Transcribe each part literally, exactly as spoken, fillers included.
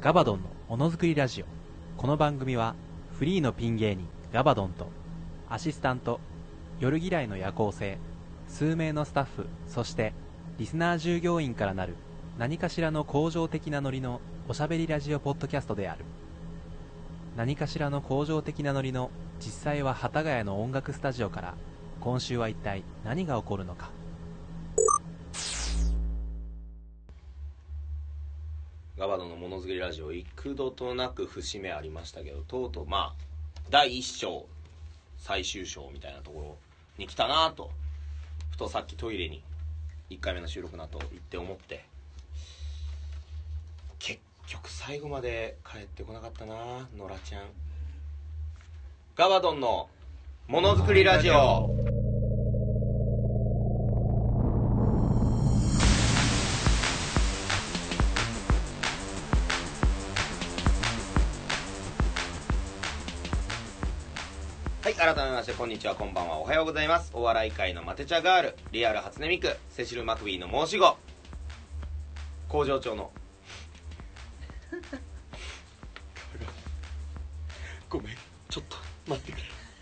ガバドンのものづくりラジオ。この番組はフリーのピン芸人ガバドンとアシスタント、夜嫌いの夜行性、数名のスタッフ、そしてリスナー従業員からなる何かしらの向上的なノリのおしゃべりラジオポッドキャストである。何かしらの向上的なノリの実際は幡ヶ谷の音楽スタジオから、今週は一体何が起こるのか。 ガバドンのものづくりラジオ、幾度となく節目ありましたけど、とうとうまあだいいっ章最終章みたいなところに来たなと、ふとさっきトイレにいっかいめの収録なと言って思って、結局最後まで帰ってこなかったな、ノラちゃん。ガバドンのものづくりラジオ。はい、改めましてこんにちは、こんばんは、おはようございます。お笑い界のマテ茶ガール、リアル初音ミク、セシル・マクビーの申し子、工場長のごめん、ちょっと待ってくれ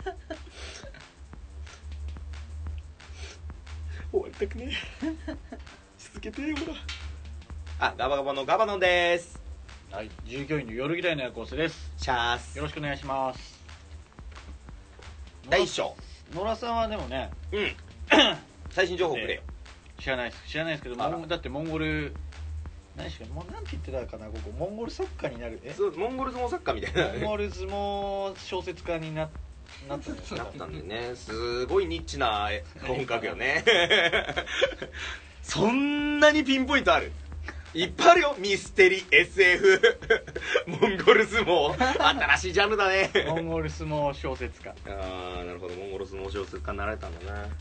終わりたくねえ続けてよ、ほら。あ、ガバガバのガバドンです。 はい、従業員の夜嫌いの夜行性です。 シャース、 よろしくお願いします。 第一章。 野良さんはでもね、 うん最新情報くれよ。 知らないです知らないですけど、モンだってモンゴル何しかもうなんて言ってたかな、ここモンゴル作家になる、えそうモンゴル相撲作家みたいな、ね、 モンゴル相撲小説家にななったんですなったんでね、すごいニッチな本格よねそんなにピンポイントある？いっぱいあるよ。ミステリー エスエフ モンゴル相撲、新しいジャンルだねモンゴル相撲小説家。 ああ、なるほど、モンゴル相撲小説家になられたんだな。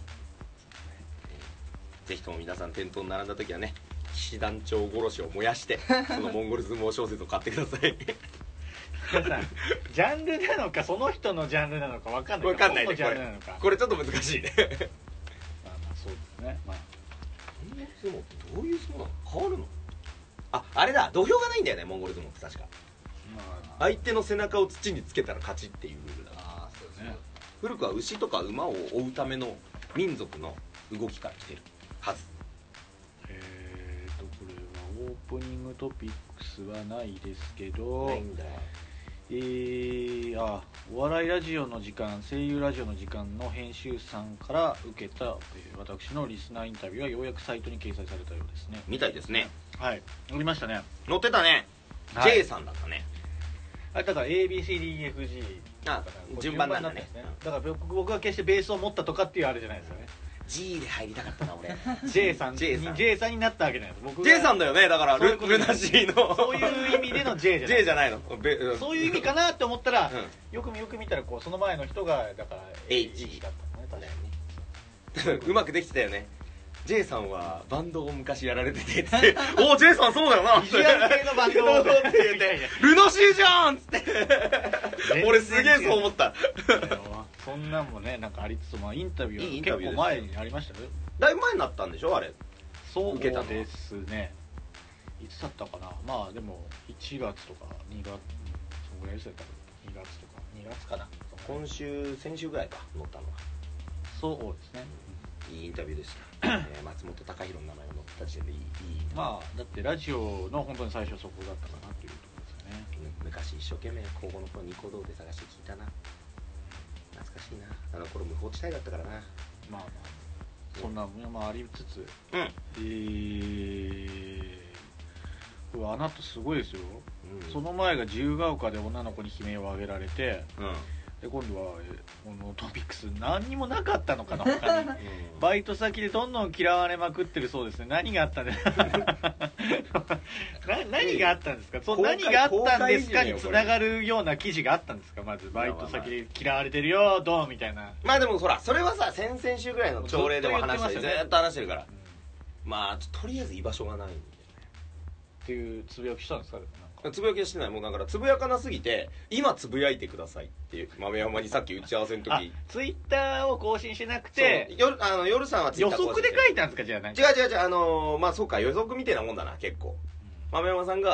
ぜひとも皆さん店頭に並んだ時はね、騎士団長殺しを燃やしてそのモンゴル相撲小説を買ってください皆さんジャンルなのかその人のジャンルなのか分かんない。 分かんないね、 ジャンルなのか、 これ、これちょっと難しいねまあまあそうですね。まあモンゴル相撲ってどういう相撲なの？変わるの？あ、あれだ、土俵がないんだよね、モンゴル相撲って確か。 まあ、 相手の背中を土につけたら勝ちっていうルールだ。 あそうですね。 古くは牛とか馬を追うための民族の動きから来てるはず。 えーとこれはオープニングトピックスはないですけど、 ないんだ。 えー、あお笑いラジオの時間、声優ラジオの時間の編集さんから受けた、えー私のリスナーインタビューはようやくサイトに掲載されたようですね。 みたいですね。 はい、載りましたね。 載ってたね、 はい、 J さんだったね。 あれだから エービーシーディーエフジーあ、順番なんだね。 だから僕僕が決してベースを持ったとかっていうあれじゃないですよね。 G で入りたかったな俺 J さん J さん J さんになったわけじゃないです。僕が J さんだよね、だからルルナシーのそういう意味での J じゃない J じゃないの、 そういう意味かなって思ったら、 うん、 よくよく見たらこうその前の人がだから H だったのね、 確かにうまくできてたよね。J さんはバンドを昔やられててつっておお J さんそうだよなビジュアル系のバンドをって言ってルナシーじゃんっつって俺すげえそう思ったそんなんもねなんかありつつ、まあ、インタビューはいいインタビュー結構前にありましたよ。 だいぶ前になったんでしょあれ。 そうですね。いつだったかな。まあでもいちがつとかにがつ、そんぐらいですよ多分。にがつとかにがつかな。 今週先週ぐらいか乗ったのは。 そうですね、 うん、いいインタビューでした、えー、松本隆弘の名前が載った時点でいい、いいまあだってラジオの本当に最初そこだったかなというところですよね。 昔一生懸命高校の頃ニコ動で探して聞いたな。懐かしいな。あの頃無法地帯だったからな。 まあまあそんなまあありつつ、 うん、 えー、これあなたすごいですよ、うん、その前が自由が丘で女の子に悲鳴を上げられて、うん、で今度はこのトピックス何にもなかったのかな他に、うん、バイト先でどんどん嫌われまくってるそうですね。何があったんですかな何があったんですか。そ何があったんですかにつながるような記事があったんですか。まずバイト先で嫌われてるよどうみたいな。 まあでもほらそれはさ先々週ぐらいの朝礼でも話してずっと話してるから、うん、まあとりあえず居場所がないんだよねっていうつぶやきしたんですか。 つぶやきはしてない。もうだからつぶやかなすぎて今つぶやいてくださいっていう豆山にさっき打ち合わせの時ツイッターを更新してなくて夜あの夜さんはツイッター予測で書いたんですか。じゃあ違う違う違うあのー、まあそうか予測みたいなもんだな結構、うん、豆山さんが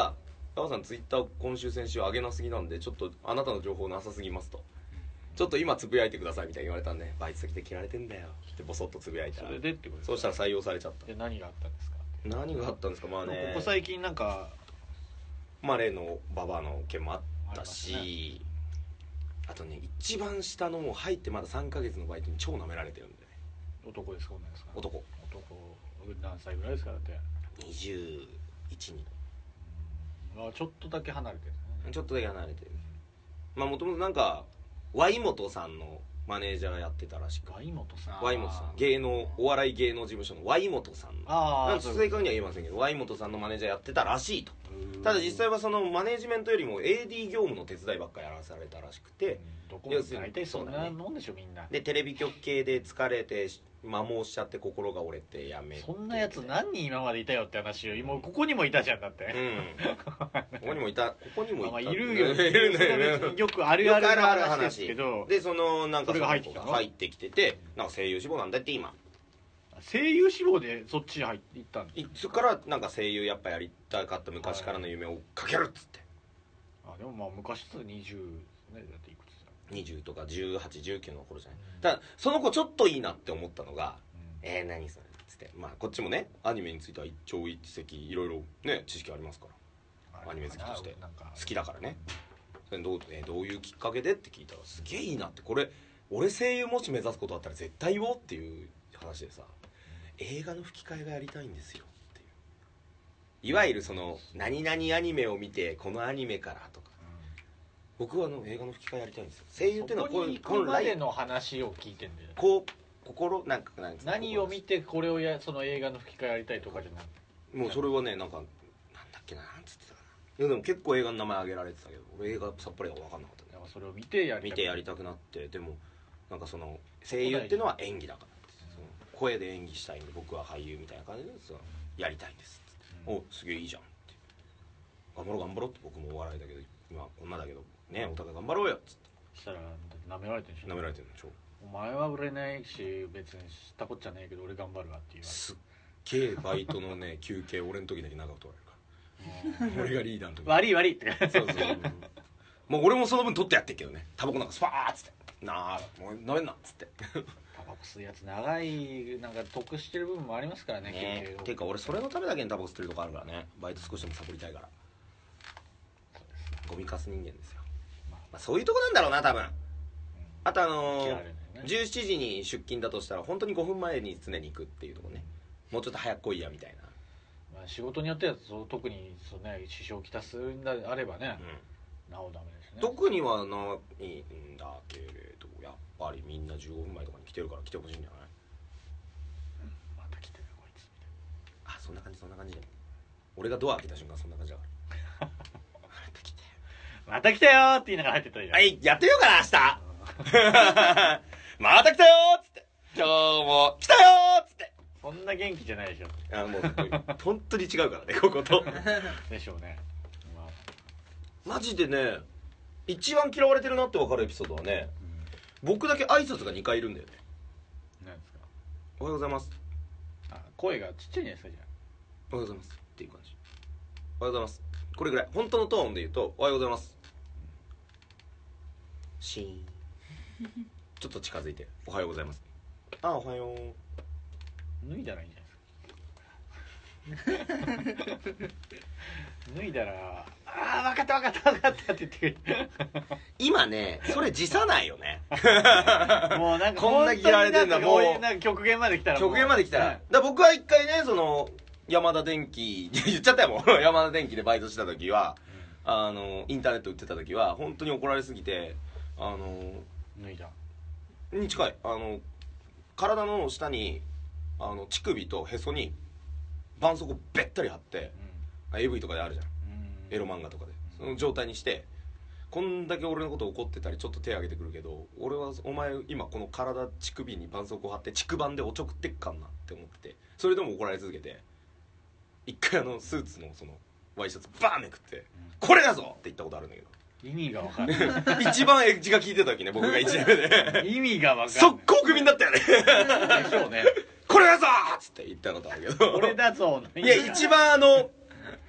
ガバさんツイッター今週先週上げなすぎなんでちょっとあなたの情報なさすぎますと、ちょっと今つぶやいてくださいみたいに言われたんで、バイト先で切られてんだよってボソッとつぶやいたら、 それでってことですか？ そうしたら採用されちゃった。 で何があったんですか？ 何があったんですか？まあね、 ここ最近なんかまあ例のババアの件もあったし、 あ, あとね一番下のもう入ってまださんかげつのバイトに超舐められてるんでね。 男ですか女ですか？ 男。 男何歳ぐらいですか？だってにじゅういちに、 うん、あちょっとだけ離れてるね。 ちょっとだけ離れてる。まあもともとなんかワイモトさんのマネージャーがやってたらしく、 ワイモトさんワイモトさん、芸能お笑い芸能事務所のワイモトさんの、 ああ正確には言えませんけどワイモトさんのマネージャーやってたらしいと。ただ実際はそのマネージメントよりも エーディー 業務の手伝いばっかやらされたらしくて、 どこも大体そんなもんでしょみんな。 でテレビ局系で疲れて摩耗しちゃって心が折れてやめて、 そんなやつ何人今までいたよって話よ。今ここにもいたじゃんだって、 うんここにもいたここにもいた、 まあ、いるよいるねよくあるあるの話ですけど、 でそのなんかそれが入ってきたの入ってきてて、なんか声優志望なんだって今。 声優志望でそっちに入っていったんですか？ そっからなんか声優やっぱやりたかった昔からの夢をかけるっつって、 あでもまあ昔ってにじゅうね、だっていくつだにじゅうとかじゅうはち、じゅうきゅうの頃じゃない、うん、ただその子ちょっといいなって思ったのが、うん、えー、何それっつって、まあこっちもねアニメについては一朝一夕いろいろね知識ありますから、アニメ好きとして好きだからね、それどう、えー、どういうきっかけでって聞いたらすげえいいなって、これ俺声優もし目指すことあったら絶対言おうっていう話でさ、映画の吹き替えがやりたいんですよっていう、いわゆるその何々アニメを見てこのアニメからとか、うん、僕はあの映画の吹き替えやりたいんですよ。声優っていうのはこういうここまでの話を聞いてんだよね。 こう心なんかなん何を見てこれをやその映画の吹き替えやりたいとかじゃなく、 もうそれはねなんかなんだっけななんつってたかな、いやでも結構映画の名前挙げられてたけど俺映画さっぱり分かんなかったね。 それを見てやりた見てやりたくなって、でもなんかその声優っていうのは演技だから、声で演技したいんで僕は俳優みたいな感じでやりたいんですっつって、うん、おすげえいいじゃんって、頑張ろう頑張ろうって、僕もお笑いだけど今女だけどねお互い頑張ろうよっつって、 したら舐められてるでしょ。 舐められてるんでしょ。 お前は売れないし別に知ったこっちゃねえけど俺頑張るわっていう、 すっげえバイトのね休憩俺の時だけ長く取られるから俺がリーダーの時悪い悪いってそうそうもう俺もその分取ってやってっけどね、タバコなんかスパーッつってなあもう飲めんなっつってタバコ吸うやつ長いなんか得してる部分もありますからね。 ねていうか俺それのためだけにタバコ吸ってるとこあるからね、バイト少しでもサボりたいから。ゴミかす人間ですよ、まあ、そういうとこなんだろうな多分、うん、あとあのーね、じゅうしちじに出勤だとしたら本当にごふんまえに常に行くっていうとこね、もうちょっと早く来いやみたいな、 まあ、仕事によってはそう特にそう、ね、支障をきたすんであればね、うん、なおダメですね。 特にはないんだけれどやっぱりみんなじゅうごふんまえとかに来てるから来てほしいんじゃない、 うん、また来てるこいつみたいな、 あそんな感じそんな感じで俺がドア開けた瞬間そんな感じだからまた来てまた来たよーって言いながら入ってったらいいじゃん。 はいやってみようかな明日また来たよーっつって今日も来たよーっつって、 そんな元気じゃないでしょ。 あもう本当に違うからねこことでしょうね、まあ、 マジでね一番嫌われてるなって分かるエピソードはね、うん、僕だけ挨拶がにかいいるんだよね。 何ですか？ おはようございます。 あ声がちっちゃいじゃないですか。じゃあおはようございますっていう感じ。おはようございます、これぐらい本当のトーンで言うとおはようございます、うん、シーンちょっと近づいておはようございます、あおはよう、 脱いだらいいんじゃないですか脱いだらああ分かった分かった分かったって言ってくる今ねそれ辞さないよねもうなんかこんな嫌われてんだもうこういうなんか極限まで来たら極限まで来たら、ね、だ僕は一回ねその山田電機言っちゃったよもう山田電機でバイトした時は、うん、あのインターネット売ってた時は本当に怒られすぎてあの脱いだに近いあの体の下にあの乳首とへそに絆創膏べったり貼って、うん、エーブイ とかであるじゃん、うん、エロ漫画とかで、うん、その状態にしてこんだけ俺のこと怒ってたりちょっと手挙げてくるけど俺はお前今この体乳首に絆創膏貼って乳首でおちょくってっかんなって思ってて、それでも怒られ続けて一回あのスーツのそのワイシャツバーンめくって、うん、これだぞって言ったことあるんだけど意味が分かんない一番エッジが効いてた時ね僕がいちねんめで意味が分かんない速攻クビになったよねでしょうねこれだぞーっつって言ったことあるけどこれだぞいや一番あの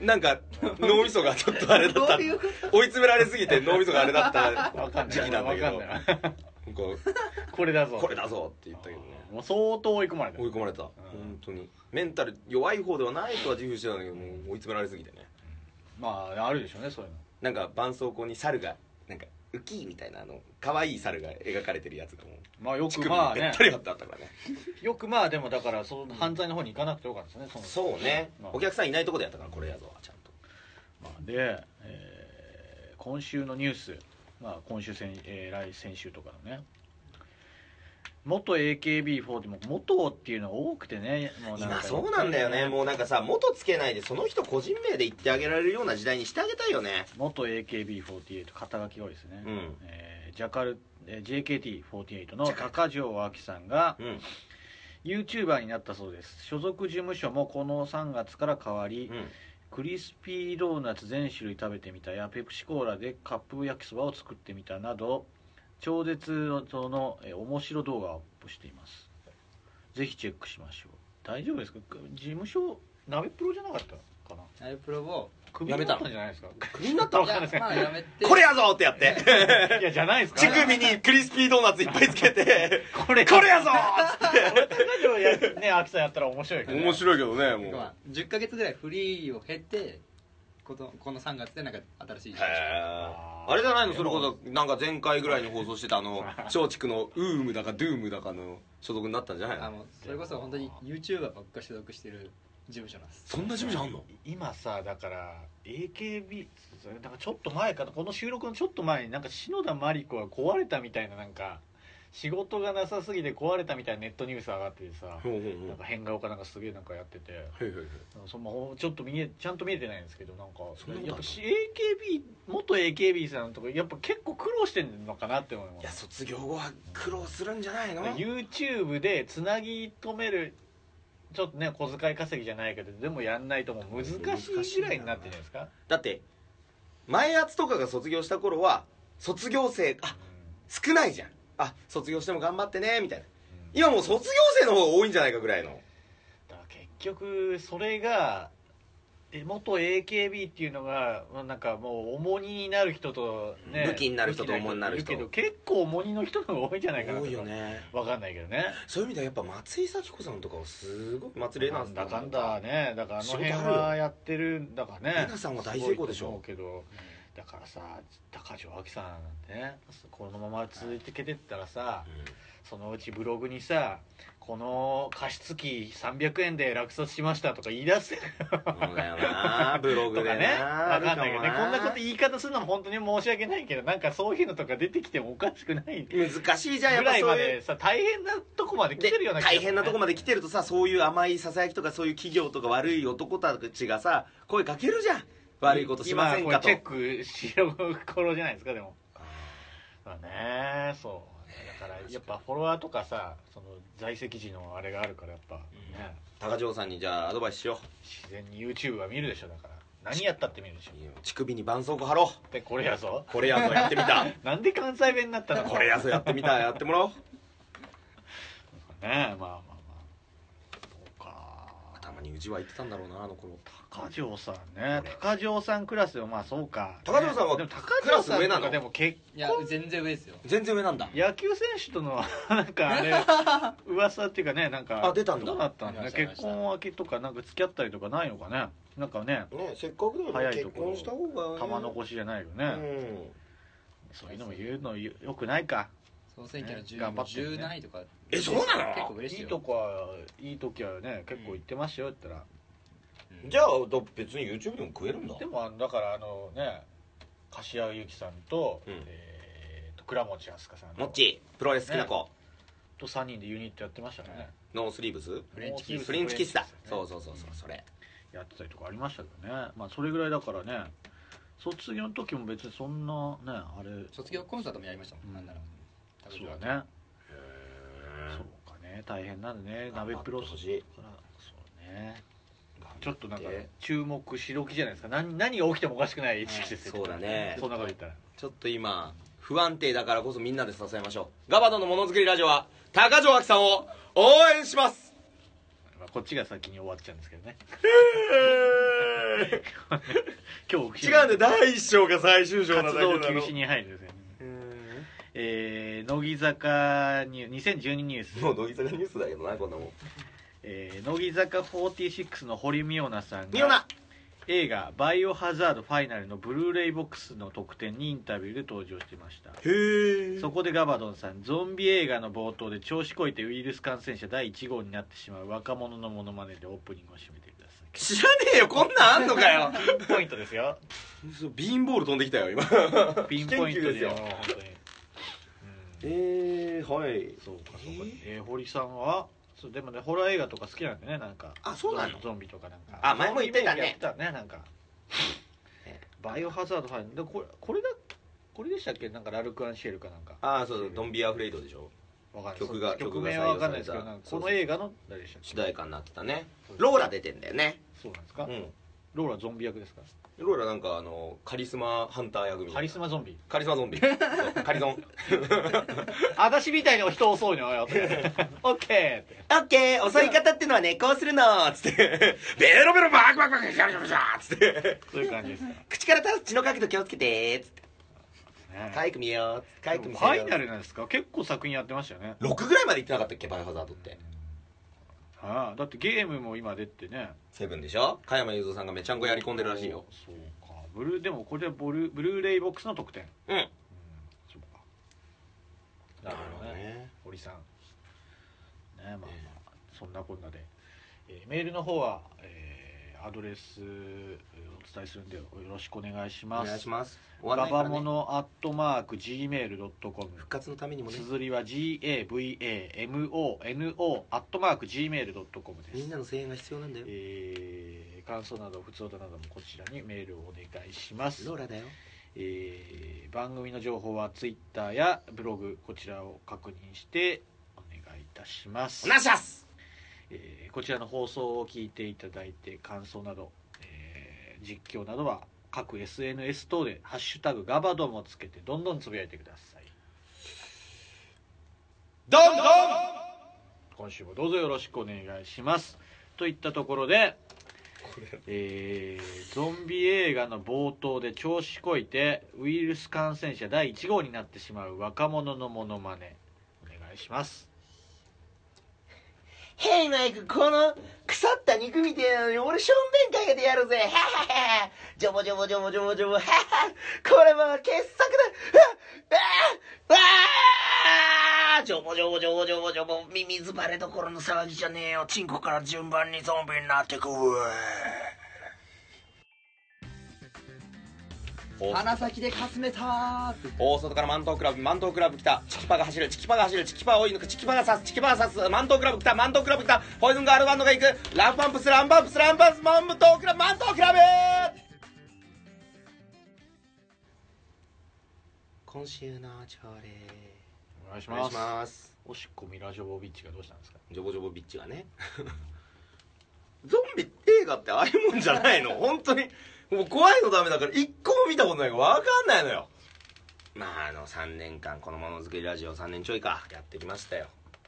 なんか脳みそがちょっとあれだった追い詰められすぎて脳みそがあれだった時期なんだけどここれだぞこれだぞって言ったけどね、 もう相当追い込まれた追い込まれた、うん、本当にメンタル弱い方ではないとは自負してたんだけど、もう追い詰められすぎてね、 まああるでしょうねそういうの。 なんか絆創膏に猿がなんかウキーみたいなあの可愛い猿が描かれてるやつがもうまあよくまあねべったり貼ってあったからねよくまあでもだからその犯罪の方に行かなくてよかったですね。 そのそうね、まあ、お客さんいないとこでやったからこれやぞちゃんと、 まあ、で、えー、今週のニュース、まあ、今週先、えー、来先週とかのね元 エーケービーフォーティー も元っていうのが多くてね、もうなんか今そうなんだよね。もうなんかさ元つけないでその人個人名で言ってあげられるような時代にしてあげたいよね。 元 エーケービーフォーティーエイト 肩書きが多いですね、 うんえー、ジャカル、えー、ジェイケーティーフォーティーエイト の高城亜希さんが、うん、YouTuber になったそうです。所属事務所もこのさんがつから変わり、うん、クリスピードーナツ全種類食べてみたやペプシコーラでカップ焼きそばを作ってみたなど超絶ののえ面白動画をアップしています。ぜひチェックしましょう。大丈夫ですか？事務所鍋プロじゃなかったかな。 鍋プロをクビになったんじゃないですか？ クビになったのかいや、まあ、やめてこれやぞってやっていやじゃないですか。 乳首にクリスピードーナツいっぱいつけてこれこれやぞっつって高城やねアキさんやったら面白いけど、ね、 面白いけどね。もう、 まあ、じゅっかげつぐらいフリーを経てこの、このさんがつでなんか新しいあれじゃないの、それこそなんか前回ぐらいに放送してたあの松竹のウームだかドゥームだかの所属になったんじゃないの？ あもうそれこそ本当に YouTuber ばっか所属してる事務所なんです。 そんな事務所あんの？ 今さだから エーケービー なんかちょっと前かな、この収録のちょっと前になんか篠田麻里子が壊れたみたいな、なんか仕事がなさすぎて壊れたみたいなネットニュース上がっててさ、 ほうほうほう、 なんか変顔かなんかすげえなんかやってて、 はいはいはい、 そのちょっと見えちゃんと見えてないんですけど、なんかそんなことあるの？ やっぱ エーケービー 元 エーケービー さんとかやっぱ結構苦労してんのかなって思います。 いや卒業後は苦労するんじゃないの？ YouTube でつなぎ止めるちょっとね小遣い稼ぎじゃないけどでもやんないともう難しいぐらいになってるんじゃないですか。 だって前やつとかが卒業した頃は卒業生あ、うん、少ないじゃん。あ卒業しても頑張ってねみたいな、うん、今もう卒業生の方が多いんじゃないかぐらいの。だから結局それが元 エーケービー っていうのがなんかもう重荷になる人とね武器になる人と重荷になる人いるけど結構重荷の人の方が多いんじゃないかなと。 多いよね。 分かんないけどね。 そういう意味ではやっぱ松井咲子さんとかはすごい松井玲奈さんだかんだね。だからあの辺はやってるんだからね。玲奈さんは大成功でしょ。 うけどだからさ高城亜希さんなんてねこのまま続いてけてったらさ、うん、そのうちブログにさこの加湿器さんびゃくえんで落札しましたとか言い出すそうだよなブログでなとかね分かんないけどねこんなこと言い方するのも本当に申し訳ないけどなんかそういうのとか出てきてもおかしくない難しいじゃんやっぱそういうぐらいまでさ大変なとこまで来てるような気がする、ね、 大変なとこまで来てるとさそういう甘いささやきとかそういう企業とか悪い男たちがさ声かけるじゃん。悪いことしませんかと。 今これチェックしろ頃じゃないですか。でもまあねそうだからやっぱフォロワーとかさその在籍時のあれがあるからやっぱ、ねうん、高城さんにじゃあアドバイスしよう。 自然に YouTube は見るでしょ。だから何やったって見るでしょ。 乳首に絆創膏貼ろうでこれやぞこれやぞやってみたなんで関西弁になったのこれやぞやってみたやってもらおうねえまあまあまあそうか頭にうちは言ってたんだろうなあの頃。 高城さんね高城さんクラスでもまあそうか高城さんはでも高城さんとかでも結婚いや全然上ですよ。 全然上なんだ。 野球選手とのなんかあれ噂っていうかねなんかあ出たんだ。 どうなったんだね結婚明けとかなんか付き合ったりとかないのかねなんかねねせっかくだよね早いとこ結婚した方が、ね、 玉残しじゃないよね、うん、そういうのも言うのよくないか。 総選挙のじゅう、 ね、頑張ってね、 じゅう何位とかえそうなの結構嬉しいよ。 いいとこはいい時はね結構言ってましたよって言ったら、 うん、じゃあ別に YouTube でも食えるんだ。 でもだからあのね柏由紀さんと、うんえー、と倉持飛鳥さんもっちプロレス好きな子、ね、 とさんにんでユニットやってましたね。 ノースリーブスフレンチキスフレンチキスだ、ね、そうそうそうそうそれやってたりとかありましたけどね。まあそれぐらいだからね卒業の時も別にそんなねあれ卒業コンサートもやりましたもん、うん、なんならそうだねそうかね大変なんでね鍋プロ卒からそうねちょっとなんか注目しどきじゃないですか。 何, 何が起きてもおかしくない時期ですよ、 そうだね。 そんなこと言ったらちょっと今不安定だからこそみんなで支えましょう。ガバドのものづくりラジオは高城亜希さんを応援します。 こっちが先に終わっちゃうんですけどね今日違うんだよ、だいいっ章が最終章なだけなの。 活動休止に入るんですよ、えー、乃木坂ニュにせんじゅうにニュース、 もう乃木坂ニュースだけどなこんなもん。 えー、乃木坂フォーティーシックスの堀美央奈さんミオナが映画「バイオハザードファイナル」のブルーレイボックスの特典にインタビューで登場していました。 へえ。 そこでガバドンさん、ゾンビ映画の冒頭で調子こいてウイルス感染者だいいち号になってしまう若者のモノマネでオープニングを締めてください。 知らねえよ、こんなんあんのかよ。 ピンポイントですよ。 ビーンボール飛んできたよ今。 ピンポイントですよ危険球本当に、うん、 えー、はい。 そうかそうか、えー、堀さんはそうでもねホラー映画とか好きなんでね、なんかあ、そうなの。 ゾンビとかなんか、 あ、前も言ってたね。 やってたね、なんかバイオハザードファイナルで、これこれだこれでしたっけ、なんかラルク・アンシエルかなんか、 ああ、そうそう、ドンビアフレイドでしょ。 わかんない、 曲が曲名はわかんないですけど、 曲が採用されたなんかこの映画の誰でしたっけ、 主題歌になってたね。ローラ出てんだよね。 そうなんですか、 うん。 ローラゾンビ役ですか、 ローラなんかあのカリスマハンター役みたいな。 カリスマゾンビ、 カリスマゾンビ。そうカリゾン。 私みたいに人遅いのよってオッケーってオッケー、襲い方ってのはね、こうするのっつって、ベロベロバークバクバクシャシャシャっつって、 そういう感じですか、ね、 口から立つ血の角度気をつけてっつって、かいく見よう、かいく見フせよう。 ァイナルなんですか、結構作品やってましたよね。 ろくぐらいまで行ってなかったっけ、バイオハザードって。 ああ、だってゲームも今出てね、 セブンでしょ。加山雄三さんがめちゃんこやり込んでるらしいよ。 そうか、ブルーでもこれでブルーブルーレイボックスの特典、 うん。 うん、そうか、なるほどね、 ね。 堀さんね、まあまあそんなこんなで、えーメールの方は、えーアドレスえーお伝えするんでよろしくお願いしおます。 願いします。終ガバわらないからね。 モノアットマーク ジーメールドットコム、 復活のためにもね。 綴りは ジーエーブイエーエムオーエヌオー アットマーク ジーメールドットコム です。 みんなの声援が必要なんだよ。 えー感想など普通歌などもこちらにメールをお願いします。 ローラだよ。 えー番組の情報はツイッターやブログ、こちらを確認してお願いいたします。 お願いします。 えーこちらの放送を聞いていただいて感想など、えー実況などは各 エスエヌエス 等でハッシュタグガバドンをつけてどんどんつぶやいてください。 どんどん。 今週もどうぞよろしくお願いしますといったところで、 これえーゾンビ映画の冒頭で調子こいてウイルス感染者だいいち号になってしまう若者のモノマネお願いします。 ヘイマイク、この腐った肉みてえなのに俺しょんべんかけてやるぜ。はははは。ジョボジョボジョボジョボジョボ。はは。これは傑作だ。わああジョボジョボジョボジョボジョボ。ミミズバレどころの騒ぎじゃねえよ。チンコから順番にゾンビになってく。 鼻先でかすめたーって大外からマントクラブ、マントクラブ来た。チキパが走る、チキパが走る、チキパ追い抜く、チキパが刺す、チキパが刺す。マントクラブ来た、マントクラブ来た。ポイズンガールバンドが行く。ランパンプス、ランパンプス、ランパンプス、マントクラブ、マントクラブ。今週の朝礼お願いしお願いします。 ます。 おしっこミラジョボビッチがどうしたんですか。 ジョボジョボビッチがねゾンビ映画ってああいうもんじゃないの本当にもう怖いのダメだから一個も見たことないから分かんないのよ。まああのさんねんかんこのものづくりラジオさんねんちょいかやってきましたよ。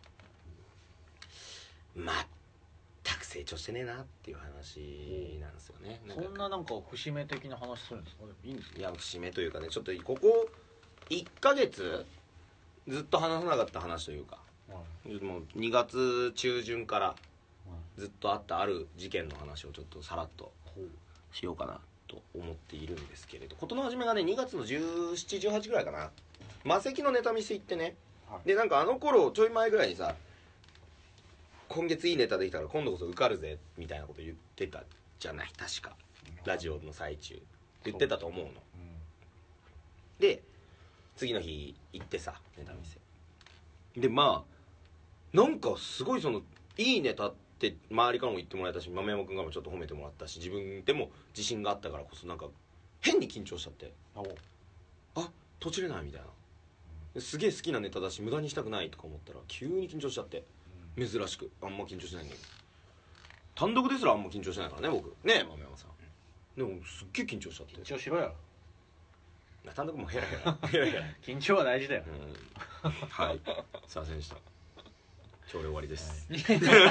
全く成長してねえなっていう話なんですよね。なんかそんななんか節目的な話するんですか。いいんですか。 いや節目というかね、ちょっとここいっかげつずっと話さなかった話というか、もうにがつちゅうじゅんからずっとあったある事件の話をちょっとさらっとしようかなと思っているんですけれど、事の始めがねにがつのじゅうしち、じゅうはちぐらいかな。魔石のネタ見せ行ってね、 はい、 でなんかあの頃ちょい前ぐらいにさ、今月いいネタできたから今度こそ受かるぜみたいなこと言ってたじゃない、確かラジオの最中言ってたと思うの。 うん、 で次の日行ってさネタ見せで、まあなんかすごいそのいいネタって周りからも言ってもらえたし、豆山君からもちょっと褒めてもらったし、自分でも自信があったからこそなんか変に緊張しちゃって、あ途中れないみたいな、すげえ好きなネタだし無駄にしたくないとか思ったら急に緊張しちゃって、珍しくあんま緊張しないんだけど、単独ですらあんま緊張しないからね僕ね、豆山さん。でもすっげえ緊張しちゃって、 緊張しろよ。 単独もヘラヘラヘラヘラ緊張は大事だよ。 うんはいすいませんでした。 朝礼終わりです、はい、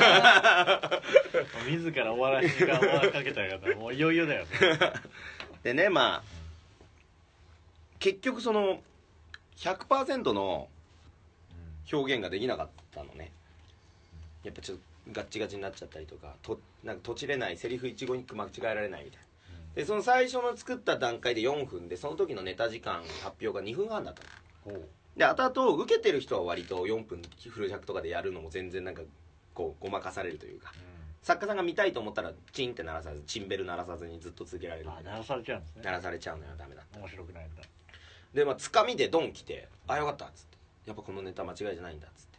自ら終わらしにか終わらかけたからもういよいよだよでね、まあ結局その ひゃくパーセント の表現ができなかったのね。やっぱちょっとガッチガチになっちゃったりとか、となんかとちれない、セリフ一語一句間違えられないみたいな。でその最初の作った段階でよんふんで、その時のネタ時間発表がにふんはんだったの。で後々受けてる人は割とよんぷんフル尺とかでやるのも全然なんかこうごまかされるというか、うん、作家さんが見たいと思ったらチンって鳴らさず、チンベル鳴らさずにずっと続けられる。 あ、鳴らされちゃうんですね。 鳴らされちゃうのよ、ダメだった。 面白くないんだ。 でまあつかみでドン来て、あよかったっつって、やっぱこのネタ間違いじゃないんだっつって、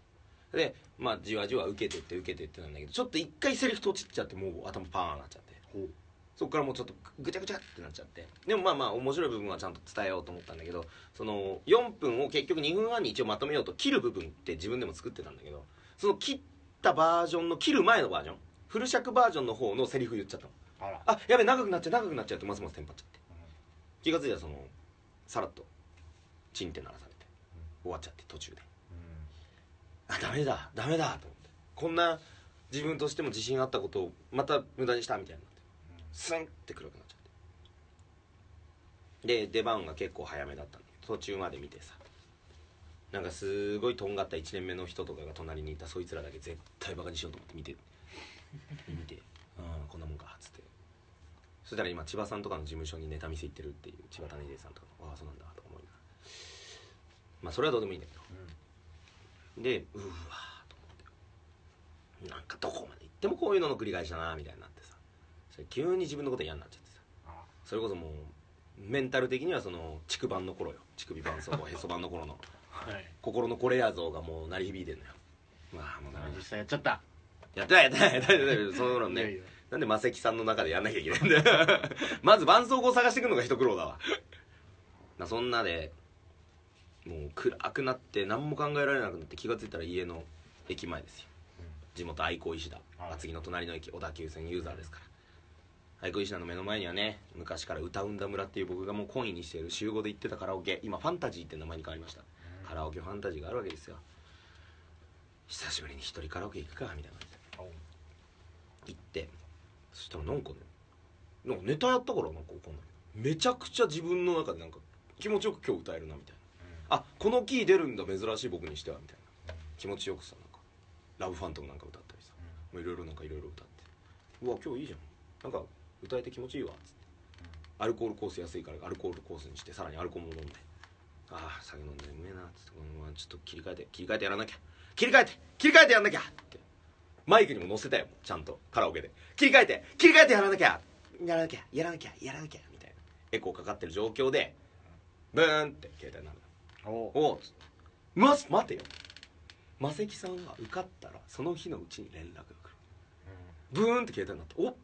でまあじわじわ受けてって受けてってなんだけど、ちょっと一回セリフとちっちゃってもう頭パーンなっちゃって、ほうそっからもうちょっとぐちゃぐちゃってなっちゃって、でもまあまあ面白い部分はちゃんと伝えようと思ったんだけど、そのよんぷんを結局にふんはんに一応まとめようと切る部分って自分でも作ってたんだけど、その切ったバージョンの切る前のバージョン、フル尺バージョンの方のセリフ言っちゃったの。あら、あやべ長くなっちゃう長くなっちゃうってますますテンパっちゃって、うん、気が付いたらそのさらっとチンって鳴らされて、うん、終わっちゃって途中で、うん、あダメだダメだと思って、こんな自分としても自信あったことをまた無駄にしたみたいな、スンって暗くなっちゃって、で出番が結構早めだったんで途中まで見てさ、なんかすごいとんがったいちねんめの人とかが隣にいた、そいつらだけ絶対バカにしようと思って見て見て、うんこんなもんかっつって、そしたら今千葉さんとかの事務所にネタ見せ行ってるっていう千葉谷デさんとかの、ああそうなんだと思いながら、まあそれはどうでもいいんだけど、うん、でうーわーと思って、なんかどこまで行ってもこういうのの繰り返しだなみたいになってさ、それ急に自分のこと嫌になっちゃってさ、それこそもうメンタル的にはその畜版の頃よ、乳首絆創膏へそ版の頃の、はい、心のこれや像がもう鳴り響いてんのよ。まあもう実際やっちゃった、 やってないやってないやってないやってない、その頃ねいやいや、なんで魔石さんの中でやんなきゃいけないんだよまず絆創膏を探してくるのが一苦労だわそんなでもう暗くなって何も考えられなくなって、気がついたら家の駅前ですよ、うん、地元愛好石田、厚木の隣の駅、小田急線ユーザーですから、愛好石田の目の前にはね、昔から歌うんだ村っていう僕がもう懇意にしている週ごで行ってたカラオケ、今ファンタジーって名前に変わりました、うん、カラオケファンタジーがあるわけですよ。久しぶりに一人カラオケ行くかみたいな行って、そしたらなんかね、なんかネタやったからなんかわかんないけど、めちゃくちゃ自分の中でなんか気持ちよく今日歌えるなみたいな、うん、あこのキー出るんだ珍しい僕にしてはみたいな、気持ちよくさ、なんかラブファントムなんか歌ったりさ、いろいろなんかいろいろ歌って、うわ今日いいじゃん、なんか歌えて気持ちいいわっつって、アルコールコース安いからアルコールコースにして、さらにアルコールも飲んで、ああ酒飲んでうめえなっつって、ちょっと切り替えて切り替えてやらなきゃ切り替えて切り替えてやらなきゃってマイクにも載せたよ、ちゃんとカラオケで、切り替えて切り替えてやらなきゃやらなきゃやらなきゃやらなきゃみたいなエコーかかってる状況でブーンって携帯になる。おおま待てよ、マセキさんが受かったらその日のうちに連絡が来る、うん、ブーンって携帯になって、おっ、うん、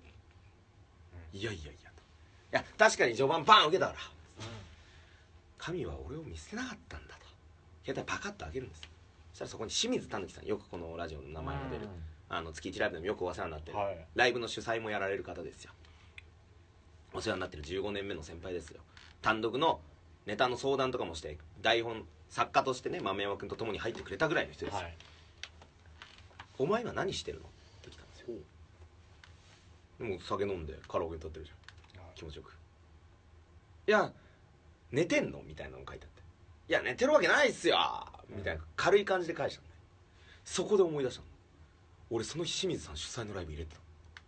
いやいやいやと、いや確かに序盤パン受けたから、うん、神は俺を見捨てなかったんだと、携帯パカッと開けるんです。そしたらそこに清水たぬきさん、よくこのラジオの名前が出る、うん、あの月いちライブでもよくお世話になってる、はい、ライブの主催もやられる方ですよ。お世話になってるじゅうごねんめの先輩ですよ。単独のネタの相談とかもして、台本作家としてね豆山君と共に入ってくれたぐらいの人ですよ、はい、お前今何してるのって来たんですよ。でも酒飲んでカラオケ歌ってるじゃん、はい、気持ちよく、いや寝てんのみたいなの書いてあって、いや寝てるわけないっすよみたいな軽い感じで返したのね。そこで思い出したの、俺その日清水さん主催のライブ入れてたの。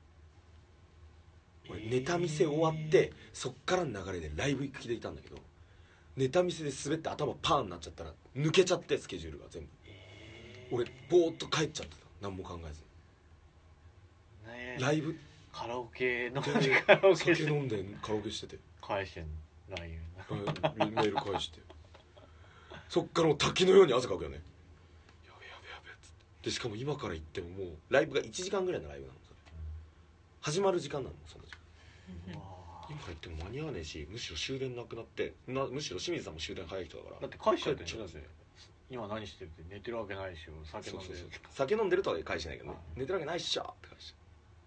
俺ネタ見せ終わってそっからの流れでライブ行く気でいたんだけど、ネタ見せで滑って頭パーンになっちゃったら抜けちゃって、スケジュールが全部、俺ボーっと帰っちゃってた、何も考えずに、ね、ライブカラオケ飲んでカラオケ酒飲んでカラオケしてて返してんの ラインメール返してそっからもう滝のように汗かくよね、やべやべやべっつって、でしかも今から行ってももうライブがいちじかんぐらいのライブなの、それ始まる時間なのその時間、今から行っても間に合わねえし、むしろ終電なくなってな、むしろ清水さんも終電早い人だから、 だって返しちゃってんじゃん、今何してるって寝てるわけないし、酒飲んでる、そうそうそう、 酒飲んでるとは返してないけどね、寝てるわけないっしょって返して、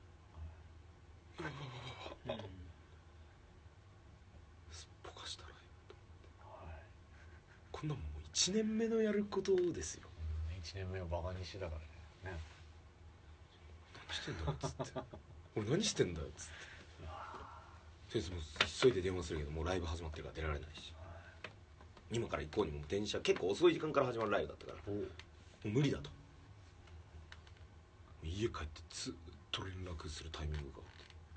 うん、すっぽかしたらよと思って、はい、こんなもんもういちねんめのやることですよ、 いちねんめをバカにしてたからね、 何してんだっつって俺何してんだよっつってとりあえずもう急いで電話するけどもうライブ始まってるから出られないし、今から行こうにも電車結構遅い時間から始まるライブだったからもう無理だと、家帰ってずっと連絡するタイミングがあ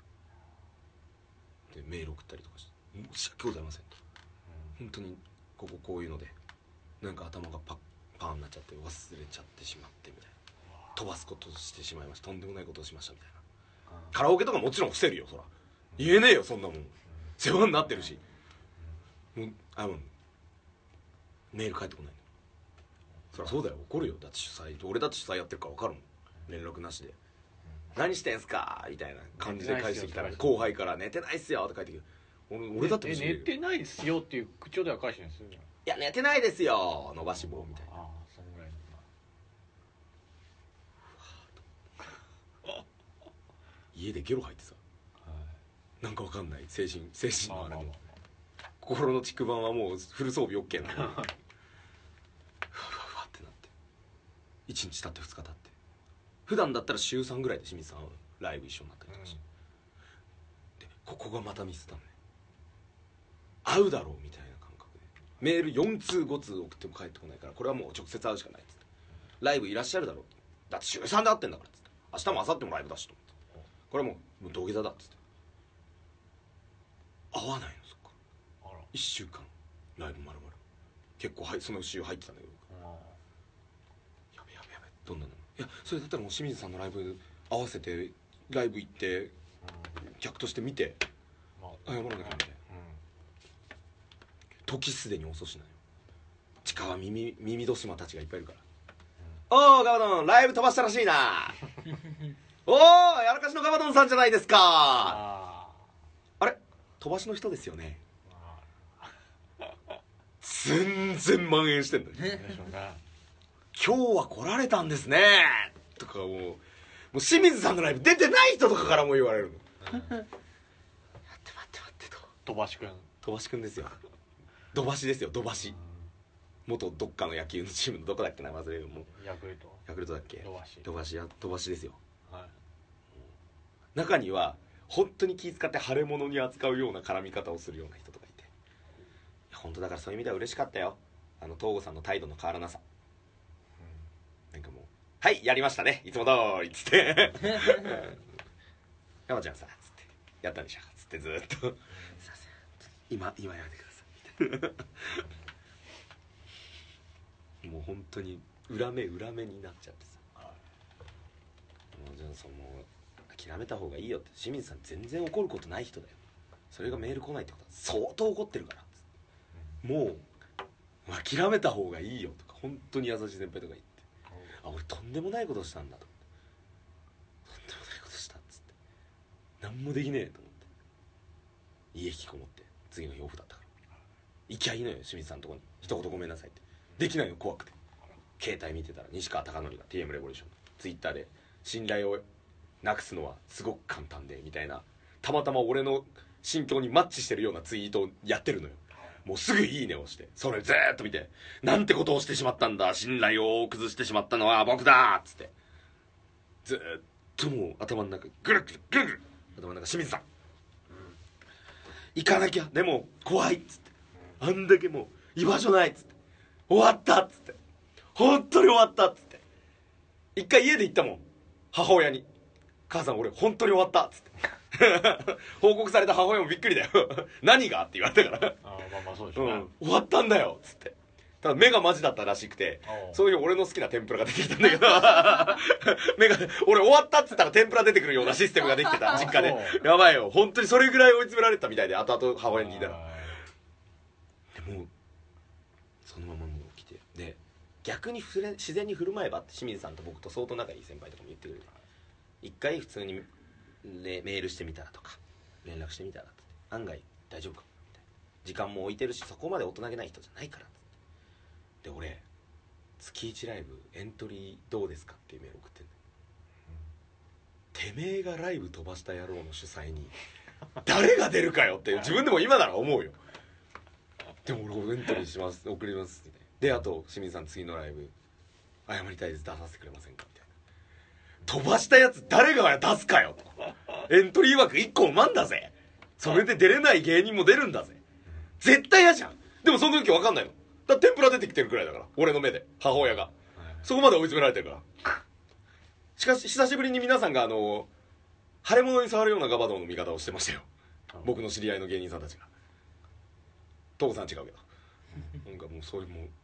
ってでメール送ったりとかして申し訳ございませんと、うん、本当にこここういうのでなんか頭がパッパーになっちゃって忘れちゃってしまってみたいな、飛ばすことをしてしまいました、とんでもないことをしましたみたいな、カラオケとかもちろん伏せるよそら、言えねえよそんなもん、世話になってるし、もうあのメール返ってこないの、そりゃそうだよ怒るよ、だって主催俺だって主催やってるから分かるもん、連絡なしで、うん、何してんすかみたいな感じで返してきたら後輩から寝てないっすよって返ってくる、俺, 俺だって寝てないっすよっていう口調では返してるんですよ、いや寝てないですよ伸ばし棒みたいな、ああそのぐらいの家でゲロ吐いてさ、はい、なんかわかんない精神精神のあれも、まあまあまあ、心の蓄盤はもうフル装備 OK なのにふわふわふわってなっていちにち経ってふつか経って普段だったら週さんぐらいで清水さんライブ一緒になったりとかして、うん、でここがまたミスったのね、会うだろうみたいな感覚でメールよん通ご通送っても返ってこないからこれはもう直接会うしかないっつって、ライブいらっしゃるだろうだって週さんで会ってんだからっつって、明日も明後日もライブだしと思って、これはもう、もう土下座だっつって会わないの、そっからいっしゅうかんライブまるまる結構はいその週入ってたんだけど、やべやべやべどんなの、いやそれだったらもう清水さんのライブ合わせてライブ行って客として見て謝らなきゃみたいな、時すでに遅しなよ、地下は耳耳戸島たちがいっぱいいるから、うん、おーガバドンライブ飛ばしたらしいなおーやらかしのガバドンさんじゃないですか、あ, あれ飛ばしの人ですよね全然蔓延してんだよ今日は来られたんですねとかもう、もう清水さんのライブ出てない人とかからも言われるの、うん、待って待って待ってと飛ばしくん飛ばしくんですよ土橋ですよ土橋、元どっかの野球のチームのどこだっけな忘れるもうヤクルトヤクルトだっけ土橋や土橋ですよ、 はい、 中には本当に気遣って腫れ物に扱うような絡み方をするような人とかいて、いや本当だからそういう意味では嬉しかったよ、あの東郷さんの態度の変わらなさ、うん、なんかもうはいやりましたねいつも通りっつって山ちゃんさつってやったんでしょつってずっとすいません今今やめてくださいみたいなもう本当に裏目裏目になっちゃってさ、もうじゃあその諦めた方がいいよって、清水さん全然怒ることない人だよ、それがメール来ないってことは相当怒ってるから、うん、もう諦めた方がいいよとか本当に優しい先輩とか言って、あ俺とんでもないことしたんだと思って、とんでもないことしたっつって何もできねえと思って家引きこもって次の日オフだったから行きゃいいのよ清水さんのとこに一言ごめんなさいって、できないの怖くて、携帯見てたら西川貴教が ティーエム レボリューションツイッターで信頼をなくすのはすごく簡単でみたいな、たまたま俺の心境にマッチしてるようなツイートをやってるのよ、もうすぐいいねをしてそれずーっと見て、なんてことをしてしまったんだ、信頼を崩してしまったのは僕だっつってずーっともう頭の中ぐるぐるぐるぐる頭の中清水さん、うん、行かなきゃでも怖いっつって、あんだけもう居場所ないっつって終わったっつって本当に終わったっつって、一回家で言ったもん母親に、母さん俺本当に終わったっつって報告された母親もびっくりだよ何がって言われたからあまあまあそうでしょうね、うん、 終わったんだよっつって、ただ目がマジだったらしくてそういう俺の好きな天ぷらが出てきたんだけど目が俺終わったっつったら天ぷら出てくるようなシステムができてた実家で、やばいよ本当にそれぐらい追い詰められてたみたいで、後々母親に聞いたらでもそのままもう来て、で逆にふれ自然に振る舞えばって清水さんと僕と相当仲いい先輩とかも言ってくれて、一回普通にメールしてみたらとか連絡してみたらって案外大丈夫かみたいな、時間も置いてるしそこまで大人げない人じゃないからって、で俺月いちライブエントリーどうですかっていうメール送ってんだよ、うん、てめえがライブ飛ばした野郎の主催に誰が出るかよって自分でも今なら思うよでも俺エントリーします送りますみたいな、であと清水さん次のライブ謝りたいです出させてくれませんかみたいな、 飛ばしたやつ誰が出すかよと。エントリー枠いっこ埋まんだぜ。それで出れない芸人も出るんだぜ。絶対嫌じゃん。でもその時分かんないの。だって天ぷら出てきてるくらいだから、俺の目で母親がそこまで追い詰められてるから。しかし久しぶりに皆さんがあの腫れ物に触るようなガバドンの見方をしてましたよ。僕の知り合いの芸人さんたちが。父さん違うけどなんかもうそういうもうやべやべっ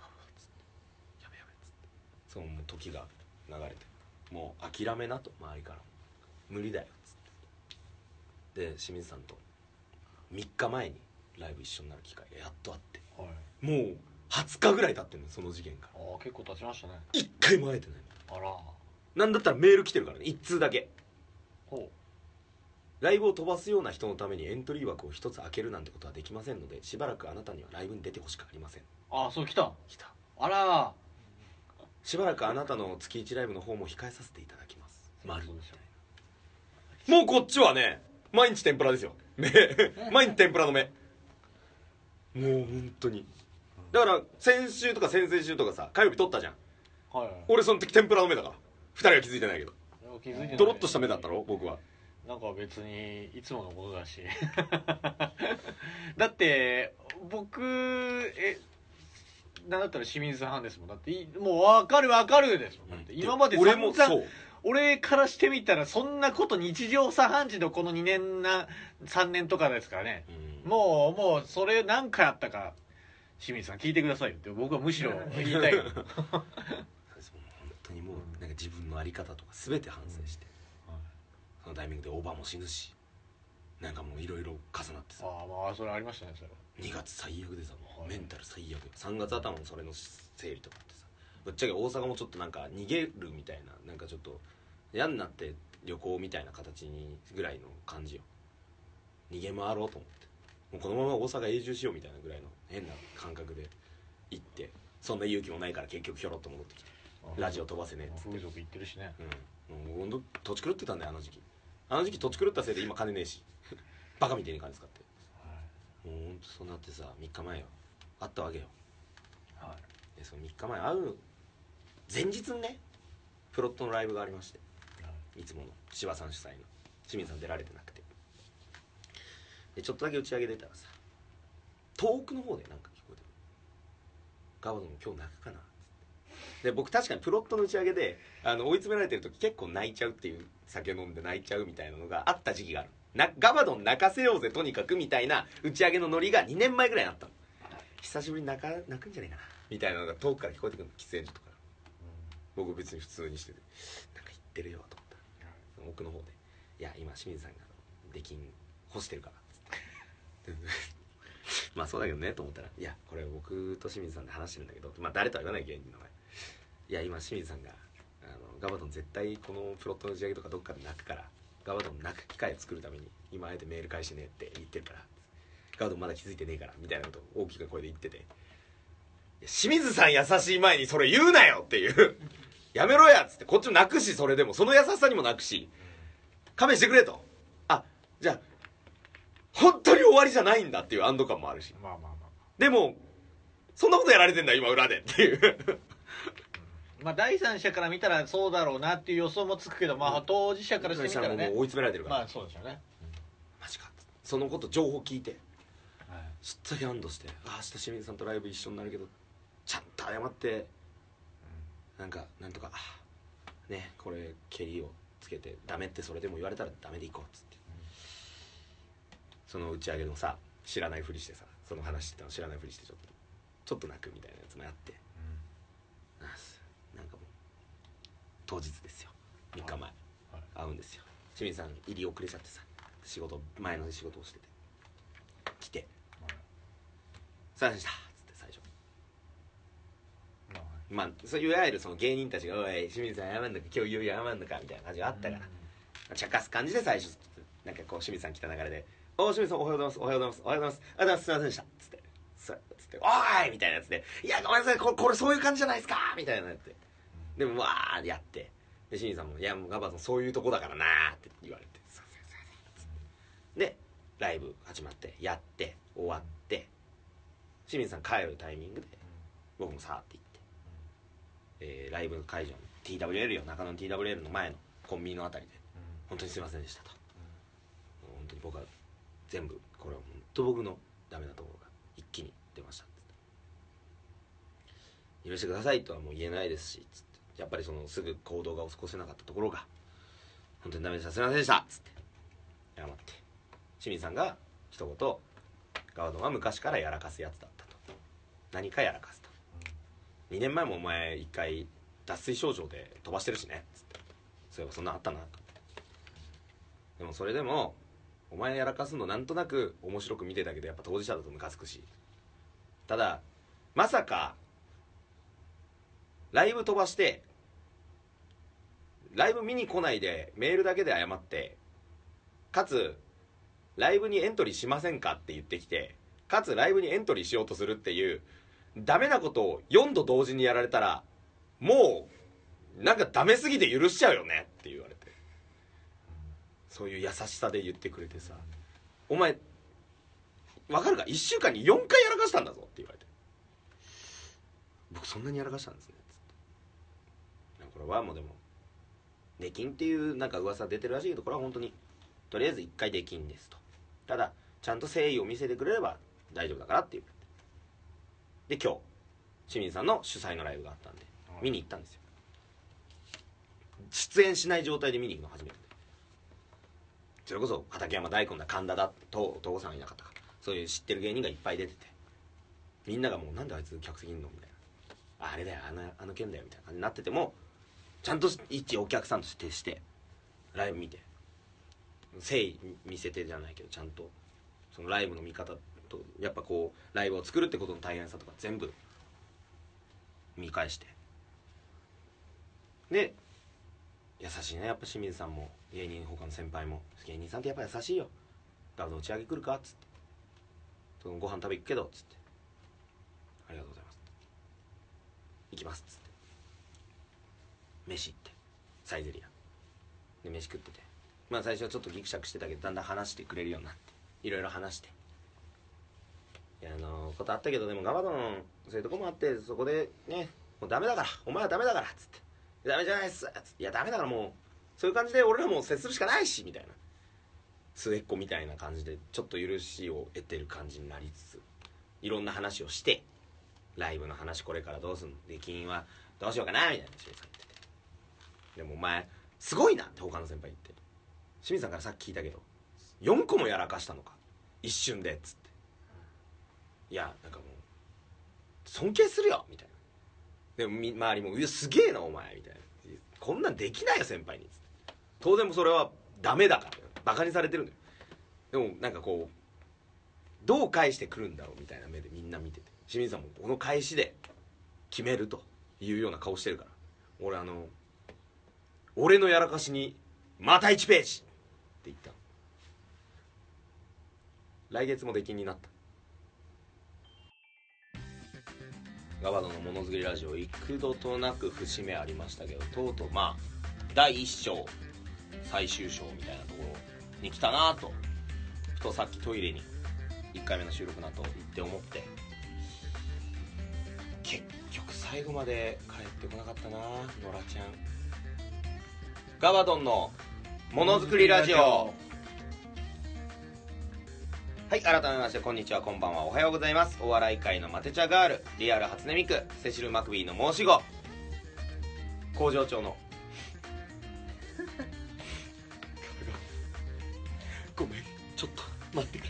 つってそのもう時が流れてもう諦めなと周りから無理だよっつってで清水さんとみっかまえにライブ一緒になる機会がやっとあって、はい、もうはつかぐらい経ってるのその事件からああ結構経ちましたねいっかいも会えてないのあらなんだったらメール来てるからね一通だけほうライブを飛ばすような人のためにエントリー枠を一つ開けるなんてことはできませんのでしばらくあなたにはライブに出てほしくありません。 ああそう来た来たあらしばらくあなたの月いちライブの方も控えさせていただきます丸そうでしょもうこっちはね毎日天ぷらですよ目毎日天ぷらの目もう本当にだから先週とか先々週とかさ火曜日撮ったじゃん、はいはい、俺その時天ぷらの目だからふたりは気づいてないけど気づいてないドロッとした目だったろ僕はなんか別にいつものことだしだって僕えなんだったら清水さんですもんだっていもう分かる分かるですもんだって今まで俺もそう俺からしてみたらそんなこと日常茶飯事のこのにねんなさんねんとかですからね、うん、もうもうそれ何回あったか清水さん聞いてくださいよって僕はむしろ言いたいよ本当にもうなんか自分の在り方とか全て反省して、うん、そのタイミングでおばも死ぬしなんかもういろいろ重なってさああまあそれありましたねそれはにがつ最悪でさもうメンタル最悪さんがつ頭のそれの整理とかってさぶっちゃけ大阪もちょっとなんか逃げるみたいななんかちょっと嫌になって旅行みたいな形にぐらいの感じよ逃げ回ろうと思ってもうこのまま大阪永住しようみたいなぐらいの変な感覚で行ってそんな勇気もないから結局ひょろっと戻ってきてラジオ飛ばせねえっつって風俗行ってるしねうんもうほんと土地狂ってたんだよあの時期あの時期土地狂ったせいで今金ねえしバカみたいに金使って、はい、もうほんとそうなってさみっかまえよ会ったわけよ、はい、でそのみっかまえ会う前日にねプロットのライブがありまして、はい、いつもの柴さん主催の清水さん出られてなくてでちょっとだけ打ち上げ出たらさ遠くの方でなんか聞こえてるガバドン今日泣くかなで僕確かにプロットの打ち上げであの追い詰められてる時結構泣いちゃうっていう酒飲んで泣いちゃうみたいなのがあった時期があるなガバドン泣かせようぜとにかくみたいな打ち上げのノリがにねんまえぐらいにあったの久しぶりに泣か泣くんじゃないかなみたいなのが遠くから聞こえてくるの喫煙所とか、うん、僕別に普通にしててなんか言ってるよと思ったら、うん、奥の方でいや今清水さんが出禁干してるからまあそうだけどねと思ったらいやこれ僕と清水さんで話してるんだけどまあ誰とは言わない芸人の名前いや今清水さんがあのガバドン絶対このプロットの打ち上げとかどっかで泣くからガバドン泣く機会を作るために今あえてメール返してねって言ってるからガバドンまだ気づいてねえからみたいなことを大きな声で言ってていや清水さん優しい前にそれ言うなよっていうやめろやっつってこっちも泣くしそれでもその優しさにも泣くし勘弁してくれとあじゃあ本当に終わりじゃないんだっていう安堵感もあるし、まあまあまあ、でもそんなことやられてんだ今裏でっていうまあ第三者から見たらそうだろうなっていう予想もつくけど、まあ当事者からしてみたらねもう追い詰められてるからまあそうですよね、うん、 マジかそのこと情報聞いて、はい、ちょっとだけ安堵してあ明日清水さんとライブ一緒になるけどちゃんと謝って、うん、なんかなんとかねこれ蹴りをつけてダメってそれでも言われたらダメでいこうっつって、うん、その打ち上げのさ知らないふりしてさその話してたの知らないふりしてちょっとちょっと泣くみたいなやつもやって、うん、なんかもう当日ですよみっかまえ、はいはい、会うんですよ清水さん入り遅れちゃってさ仕事前の仕事をしてて来て「さあでした」っつって最初まあそういわゆるその芸人たちが「おい清水さん謝んのか今日いよいよ謝んのか」みたいな感じがあったから、うん、茶化す感じで最初なんかこう清水さん来た流れで「お清水さんおはようございますおはようございますおはようございますありがとうございますすいませんでした」っつって「つっておーい!」みたいなやつで「いやごめんなさいこれこれそういう感じじゃないですか」みたいなやつででもわーやってで清水さんも「いやもうガバさんそういうとこだからな」って言われてでライブ始まってやって終わって清水さん帰るタイミングで僕もさーって行ってえー、ライブ会場の ティーダブリューエル よ中野の ティーダブリューエル の前のコンビニのあたりで、うん、本当にすいませんでしたと、うん、本当に僕は全部これは本当僕のダメなところが一気に出ましたっつって許してくださいとはもう言えないですしつってやっぱりそのすぐ行動が起こせなかったところが本当にダメでしたすいませんでしたっつって謝って清水さんが一言ガワドンは昔からやらかすやつだったと何かやらかすと、うん、にねんまえもお前一回脱水症状で飛ばしてるしねつってそういえばそんなあったなとでもそれでもお前やらかすのなんとなく面白く見てたけどやっぱ当事者だとムカつくしただまさかライブ飛ばしてライブ見に来ないでメールだけで謝ってかつライブにエントリーしませんかって言ってきてかつライブにエントリーしようとするっていうダメなことをよんど同時にやられたらもうなんかダメすぎて許しちゃうよねって言われてそういう優しさで言ってくれてさお前わかるかいっしゅうかんによんかいやらかしたんだぞって言われて僕そんなにやらかしたんですねつってこれはもうでも出禁っていうなんか噂出てるらしいけどこれは本当にとりあえずいっかい出禁ですとただちゃんと誠意を見せてくれれば大丈夫だからっていうで今日清水さんの主催のライブがあったんで見に行ったんですよ出演しない状態で見に行くの初めてそれこそ畠山大根だ神田だと東郷さんいなかったかそういう知ってる芸人がいっぱい出ててみんながもうなんであいつ客席にいんのみたいな あ, あれだよあのあの件だよみたいな感じになっててもちゃんと一お客さんとして徹してライブ見て誠意見せてじゃないけどちゃんとそのライブの見方とやっぱこうライブを作るってことの大変さとか全部見返してで優しいねやっぱ清水さんも芸人他の先輩も芸人さんってやっぱ優しいよガード打ち上げ来るかっつってそのご飯食べ行くけどっつってありがとうございます行きますっつって飯行ってサイゼリアで飯食っててまあ最初はちょっとギクシャクしてたけどだんだん話してくれるようになっていろいろ話していやあのことあったけどでもガバドンそういうとこもあってそこでねもうダメだからお前はダメだからっつってダメじゃないっすっつっていやダメだからもうそういう感じで俺らも接するしかないしみたいな末っ子みたいな感じでちょっと許しを得てる感じになりつついろんな話をしてライブの話これからどうすんの出禁はどうしようかなみたいな清水さん言っててでもお前すごいなって他の先輩言って清水さんからさっき聞いたけどよんこもやらかしたのか一瞬でっつっていやなんかもう尊敬するよみたいなでも周りもいやすげえなお前みたいなこんなんできないよ先輩にっつって当然もそれはダメだからバカにされてるんだよでもなんかこうどう返してくるんだろうみたいな目でみんな見てて清水さんもこの返しで決めるというような顔してるから俺あの俺のやらかしにまたいちページって言ったの来月も出禁になったガバドのものづくりラジオ幾度となく節目ありましたけどとうとうまあだいいっ章最終章みたいなところに来たなとふとさっきトイレにいっかいめの収録の後行って思って結局最後まで帰ってこなかったなノラちゃんガバドンのものづくりラジオはい改めましてこんにちはこんばんはおはようございますお笑い界のマテ茶ガールリアル初音ミクセシル・マクビーの申し子工場長のごめんちょっと待ってくれ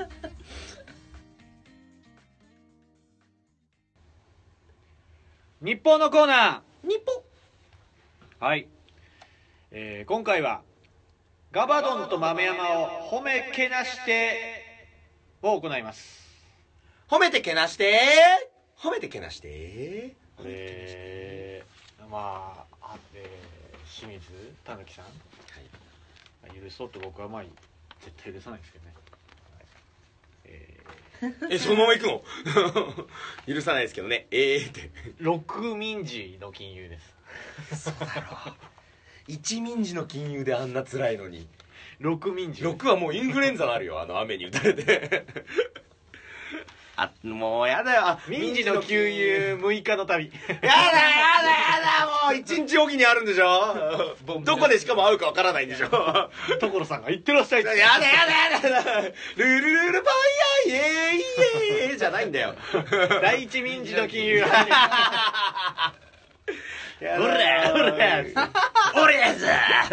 日報のコーナー日報はい、えー、今回はガバドンと豆山を褒めけなしてを行います。 褒めてけなして褒めてけなしてえー、まあ、えー、清水たぬきさん、はい、許そうと僕はまあ絶対許さないですけどね、はいえー、えそのまま行くの許さないですけどねえーって六民事の金融ですそうだろう一民事の金融であんな辛いのに六民事ろくはもうインフルエンザがあるよあの雨に打たれてあもうやだよ。あ民事の給油むいかの旅。 やだやだやだもう一日おきにあるんでしょ。どこでしかも会うかわからないんでしょ。 所さんが言ってらっしゃいって。 やだやだやだルルルルパイヤーイエーイイエーイじゃないんだよ。 第一民事の金融おらおらおりやつ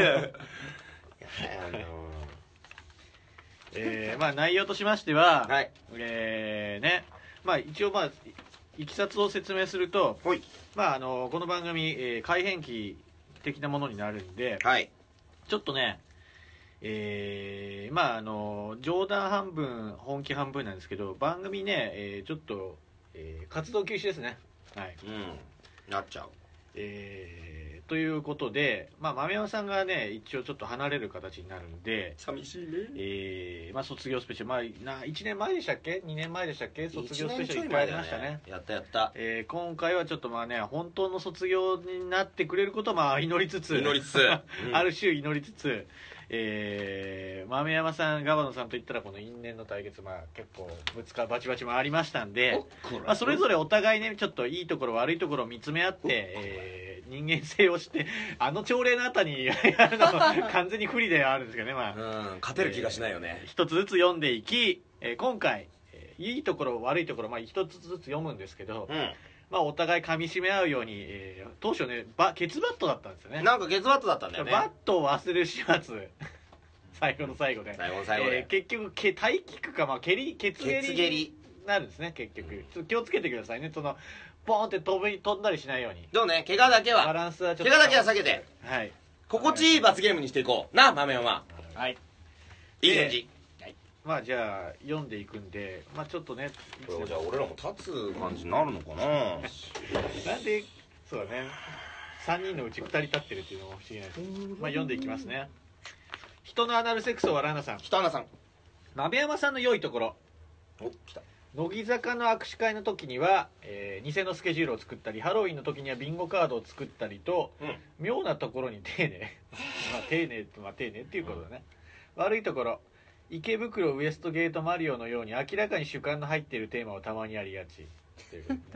えー、まあ内容としましては、 はい、 えー、ね、まあ一応まあいきさつを説明すると、 はい、 まああのこの番組、えー、改変期的なものになるんで、 はい、 ちょっとね、えー、まああの冗談半分本気半分なんですけど、番組ね、えー、ちょっと、えー、活動休止ですね。はい。 うん、なっちゃう。 えー、ということで、まあ、豆山さんがね一応ちょっと離れる形になるんで、 寂しいね。 えー、まあ卒業スペシャル、まあ、ないちねんまえでしたっけにねんまえでしたっけ、卒業スペシャルいっぱいありましたね。 やったやった、 えー、今回はちょっとまあね本当の卒業になってくれることをまあ祈りつつ祈りつつ、 うん、ある種祈りつつ、えー、豆山さんガバノさんといったらこの因縁の対決、まあ結構ぶつかバチバチもありましたんで、まあ、それぞれお互いねちょっといいところ悪いところを見つめ合って、えー人間性をしてあの朝礼の後にやるの完全に不利ではあるんですけどね、まあ、 うん勝てる気がしないよね、 えー、一つずつ読んでいき、えー、今回、えー、いいところ悪いところ、まあ、一つずつ読むんですけど、 うんまあ、お互い噛み締め合うように、えー、当初ねバケツバットだったんですよね。 なんかケツバットだったんだよね。 バットを忘れる始末最後の最後で最後の最後で、 えー、結局けタイキックか、まあ、蹴りケツ蹴ケツ蹴りりになるんですね。結局ちょっと気をつけてくださいね、そのポーンって飛び飛んだりしないように。 どうね、怪我だけはバランスはちょっと怪我だけは避けて、 はい、 心地いい罰ゲームにしていこうな、豆山。 はい、 いい返事。 まあじゃあ読んでいくんで、まあちょっとねこれじゃあ俺らも立つ感じになるのかな。 なんでそうだね、さんにんのうちふたり立ってるっていうのも不思議なんです。まあ読んでいきますね。人のアナルセックスを笑うなさん。 北穴さん。 鍋山さんの良いところ。 お、来た。 乃木坂の握手会の時には、えー、偽のスケジュールを作ったり、ハロウィンの時にはビンゴカードを作ったりと、うん、妙なところに丁寧まあ丁寧ってまあ丁寧っていうことだね、うん、悪いところ、池袋ウエストゲートマリオのように明らかに主観の入っているテーマをたまにやりがちということね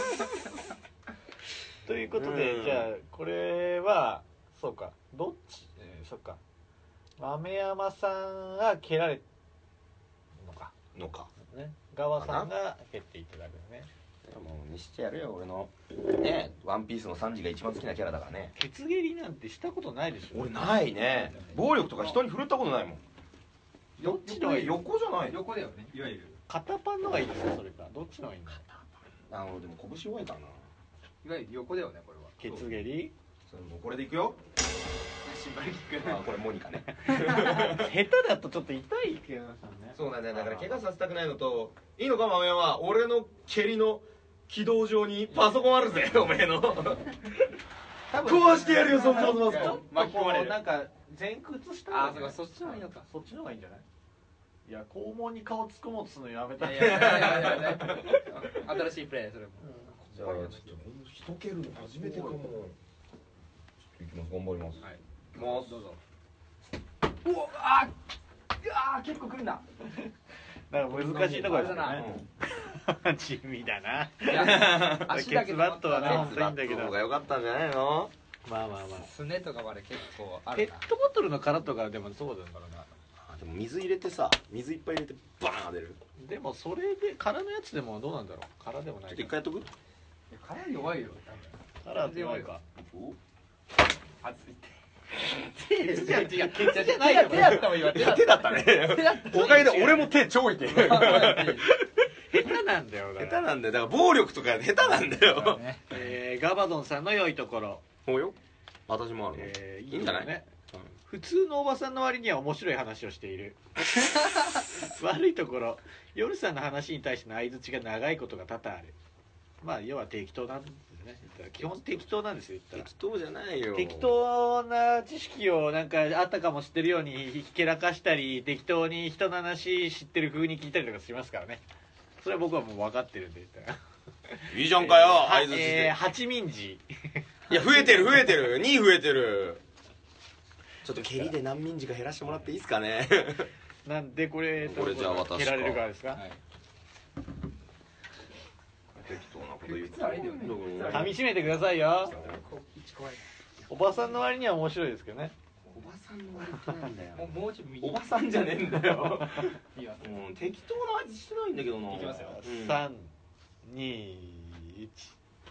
ということで、うん、じゃあこれはそうか、どっち、えー、そっか、豆山さんが蹴られのかのかね、側さんが蹴っていただくね。 もうにしてやるよ、俺のね、ワンピースのサンジが一番好きなキャラだからね。 ケツ蹴りなんてしたことないでしょ。 俺ないね、暴力とか人に振るったことないもん。 どっちのがいい？ 横じゃない？ 横だよね、いわゆる肩パンのがいいですか、それかどっちのがいいんだ。 あのでも拳弱いからな。 いわゆる横だよね、これは。 ケツ蹴り？ それもうこれでいくよ。 シンバルキック。 あ、これモニカね下手だとちょっと痛いけどね。 そうなんだよ、だから怪我させたくないのと、いいのか豆山は俺の蹴りの軌道上にパソコンあるぜおめえの壊してやるよ、そんなパソコン。 巻き込まれる。なんか前屈したら、 あ、そうか、そっちの方がいいのか。 そっちの方がいいんじゃない？いや、肛門に顔突っ込もうとするのやめた。 いやいやいやいやいや新しいプレー、それも。 じゃあちょっと人蹴るの初めてかも。いきます、頑張ります。はい、いきます。どうぞ。 うわあ、あ、結構くるんだ。 だから難しいところですね。地味だな。 足だけケツバットはね、本当にいいんだけど。 ケツバットが良かったんじゃないの？ まあまあまあ。 すねとかまで結構あるな。 ペットボトルの殻とかでもそうだからな。 でも水入れてさ、水いっぱい入れてバーン出る。 でもそれで殻のやつでもどうなんだろう。殻でもない。 ちょっと一回やっとく？ 殻弱いよ。 殻弱いか。 熱いって。 違う違う、ケツじゃないよ。 手だったもん今。手だったね。おかげで俺も手超いて。 下手なんだよ。 下手なんだよ。だから暴力とか下手なんだよ。 えー、ガバドンさんの良いところ。 ほうよ。私もあるの。 えー、 いいんじゃないね。 普通のおばさんの割には面白い話をしている。悪いところ、夜さんの話に対しての相槌が長いことが多々ある。まあ要は適当なんですね。基本適当なんですよ、言ったら。 適当じゃないよ。 適当な知識をなんかあったかも知ってるようにひけらかしたり、適当に人の話知ってる風に聞いたりとかしますからね。それは僕はもう分かってるんで言ったら。 いいじゃんかよ、 相槌して。えー、八民字。 いや、増えてる増えてる。に増えてる。ちょっと蹴りで何民字か減らしてもらっていいですかね。 なんでこれ、 これじゃあ私か。 蹴られるからですか。はい、 こと言って靴悪いんだよね噛み締めてくださいよ。 こ一怖いおばさんの割には面白いですけどね。 おばさんの割ってなんだよなもうもうちょっと右おばさんじゃねえんだよいきますうん適当な味してないんだけどないきますようんさんにいち。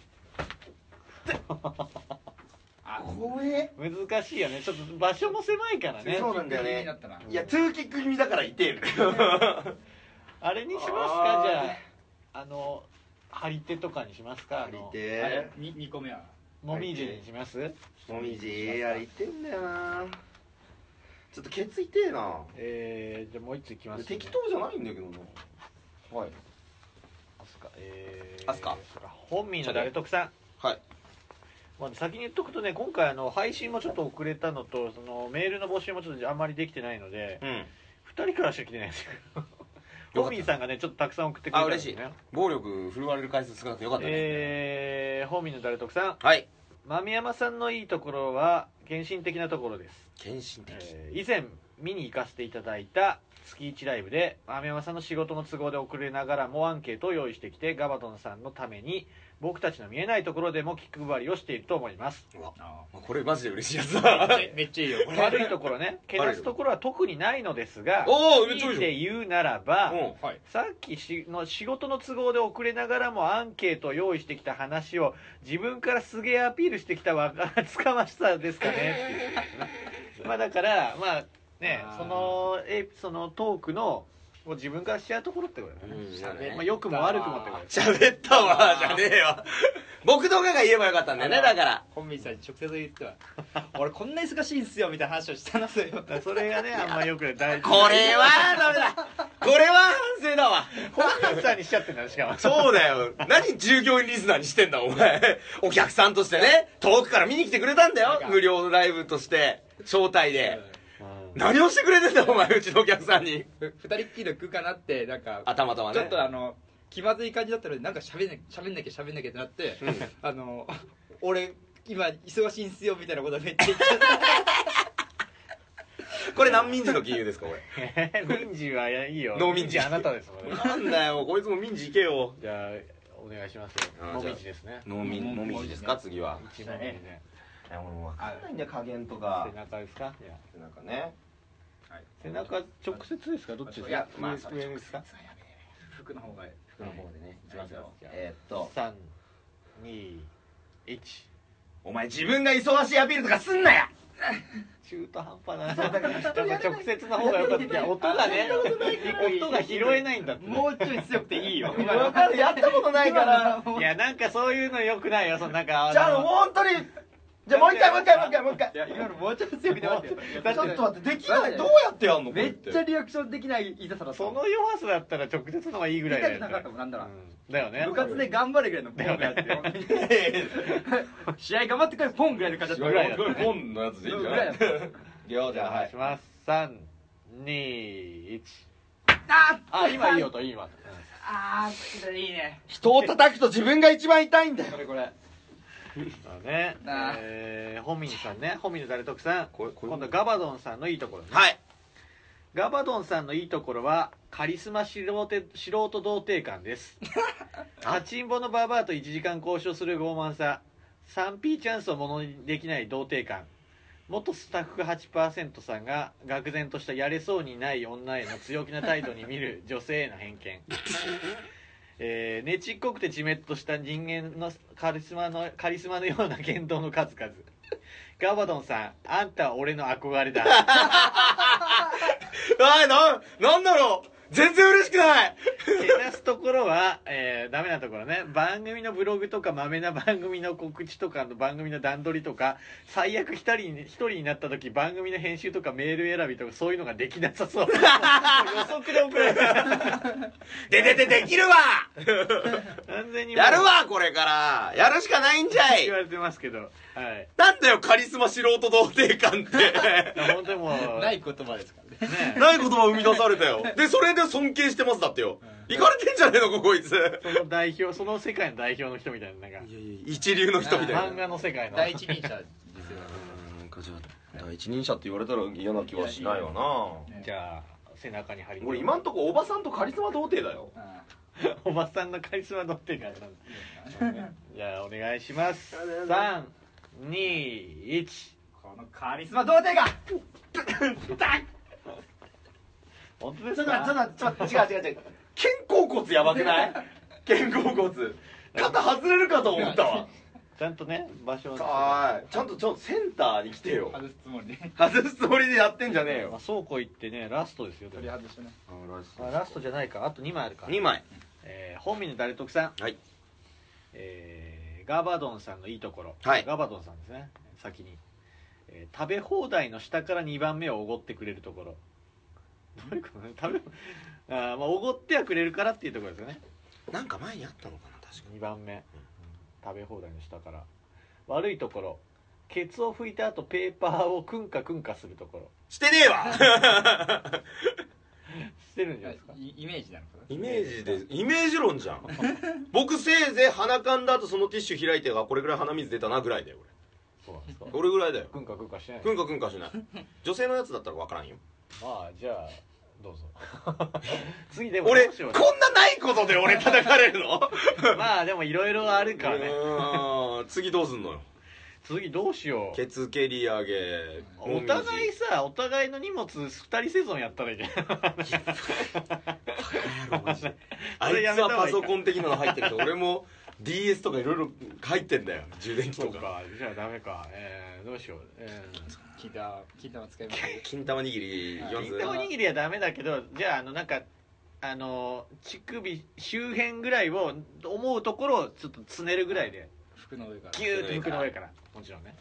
あ怖え難しいよね。ちょっと場所も狭いからね。 そうなんだよねになったないやトゥーキック気味だから痛えんだよあれにしますか。 あーじゃああの張り手とかにしますか。あのあれに二個目はもみじにします。 もみじあれ痛えんだよなちょっとケツ痛えなえー、じゃあもう一ついきます、ね。 適当じゃないんだけどなはいアスカ、えー、 アスカそうか本民の誰得さん。 はいまあ、先に言っとくとね、今回あの配信もちょっと遅れたのと、そのメールの募集もちょっとあんまりできてないので、 うんふたりからしか来てないんですよ。 よかった本民さんがね、ちょっとたくさん送ってくれたあんですね。 嬉しい暴力振るわれる回数少なくてよかったねえー、本民の誰得さん。 はい豆山さんのいいところは献身的なところです。 献身的えー以前見に行かせていただいた月いちライブで豆山さんの仕事の都合で遅れながらもアンケートを用意してきてガバドンさんのために僕たちの見えないところでも気配りをしていると思います。 うわあこれマジで嬉しいやつだめめっちゃいいよこれ悪いところね、けなすところは特にないのですが、 おおめっちゃいい強いて言うならば、 うんはいさっきしの仕事の都合で遅れながらもアンケートを用意してきた話を自分からすげえアピールしてきた若つかましさですかねっていうまあだからまあねあーそのえそのトークのもう自分からしちゃうところってことだよね、 うんまあ、良くも悪くもってことです喋ったわじゃねえよ僕とかが言えばよかったんだよねだから本民さんに直接言っては俺こんな忙しいんすよみたいな話をしたなそれよだからそれがねあんまよくない大事これはダメだこれは反省だわ本人さんにしちゃってんだよしかもそうだよ何従業員リスナーにしてんだお前お客さんとしてね遠くから見に来てくれたんだよ無料ライブとして招待で何をしてくれてんだお前うちのお客さんにふ二人っきりの空間になってなんかあたまたまねちょっとあの気まずい感じだったのでなんか喋んな喋んなきゃ喋んなきゃってなって、 うんあの俺今忙しいんすよみたいなことめっちゃ言ってこれ何民事の金融ですかこれ民事はいいよ農民事あなたですもんねなんだよこいつも民事行けよじゃあお願いしますよあもみじですね農民農民事ですか次は一問目ね俺も分かんないんだよ加減とか背中ですかいやなんかね背中直接ですかどっちですかいやまあ上上ですか服の方が服の方でねいきますよえーっとさんにいちお前自分が忙しいアピールとかすんなや中途半端なやっぱ直接の方が良かったいや音がね音が拾えないんだってもうちょい強くていいよ分かるやったことないからいやなんかそういうの良くないよそのなんかじゃあ本当にじゃあもう一回もう一回もう一回もう一回いや今のもうちょっと強くて待ってよだってちょっと待ってできないどうやってやんのこれめっちゃリアクションできない痛さだったその弱さだったら直接の方がいいぐらいだよ痛くなかったもんなんだらうんだよね部活で頑張るぐらいのポンがあって試合頑張ってくれポンぐらいの感じだったぐらいだったポンのやつでいいんじゃないぐらいだったいやじゃあお願いしますさんにいちああ今いい音いいわあーいいね人を叩くと自分が一番痛いんだよこれこれそうねなあえーホミンさんねホミンの誰得さんこれこれ今度ガバドンさんのいいところねはいガバドンさんのいいところはカリスマ素人素人童貞感です立ちんぼのババアといちじかん交渉する傲慢さ スリーピー チャンスをものにできない童貞感元スタッフ はちパーセント さんが愕然としたやれそうにない女への強気な態度に見る女性への偏見えー、ねちっこくてじめっとした人間のカリスマのカリスマのような言動の数々ガバドンさんあんたは俺の憧れだあいななんだろう全然嬉しくないけなすところは、えー、ダメなところね番組のブログとかまめな番組の告知とかの番組の段取りとか最悪一人に一人になった時番組の編集とかメール選びとかそういうのができなさそう予測で送られてでででできるわ完全にもうやるわこれからやるしかないんじゃい言われてますけどはいなんだよカリスマ素人童貞感って本当にもうない言葉ですからねねない言葉生み出されたよでそれで尊敬してますだってよ行かれてんじゃねえのこいつその代表その世界の代表の人みたいななんか一流の人みたいな漫画の世界の第一人者ですよなんかじゃあ第一人者って言われたら嫌な気はしないわなじゃあ背中に貼り俺今んとこおばさんとカリスマ童貞だよおばさんのカリスマ童貞感なんじゃあお願いします。さんにいち。 このカリスマ童貞が本当ですちょっと待か？ ってちょっと待って違う違う違う肩甲骨やばくない肩甲骨肩外れるかと思ったわちゃんとね場所をはいちゃんとちょっとセンターに来てよ外すつもりで外すつもりでやってんじゃねえよまあ倉庫行ってねラストですよ。 取り外しねあラストじゃないか、あとにまいあるか。 にまいえー本民の誰得さん、 はいえーガバドンさんのいいところ、 はいガバドンさんですね先に、えー食べ放題の下からにばんめをおごってくれるところ。どういうことね、食べあーまあおごってはくれるからっていうところですよね。 なんか前にあったのかな確かにばんめ、食べ放題の下から。悪いところ、ケツを拭いた後ペーパーをクンカクンカするところ。 してねえわしてるんじゃないですか。 イイメージなのかなイメージでイメージ論じゃん僕せいぜい鼻かんだ後そのティッシュ開いてがこれぐらい鼻水出たなぐらいだよそうなんですか。 俺俺ぐらいだよクンカクンカしてない。 くんかくんかしない女性のやつだったら分からんよまあじゃあどうぞ次でも俺どうしようこんなないことで俺叩かれるのまあでもいろいろあるからね。 うーん次どうすんのよ次どうしよう。 ケツ蹴り上げお互いさお互いの荷物ふたり生存やったらいいじゃんあいつはパソコン的なの入ってるけど俺も ディーエス とかいろいろ入ってんだよ充電器とかそうかじゃあダメか。えー、どうしよう。え金玉金玉使います金玉握りー、 よんつ金玉握りはダメだけどじゃああのなんかあの乳首周辺ぐらいを思うところをちょっとつねるぐらいで服の上からギューッと服の上からもちろんね。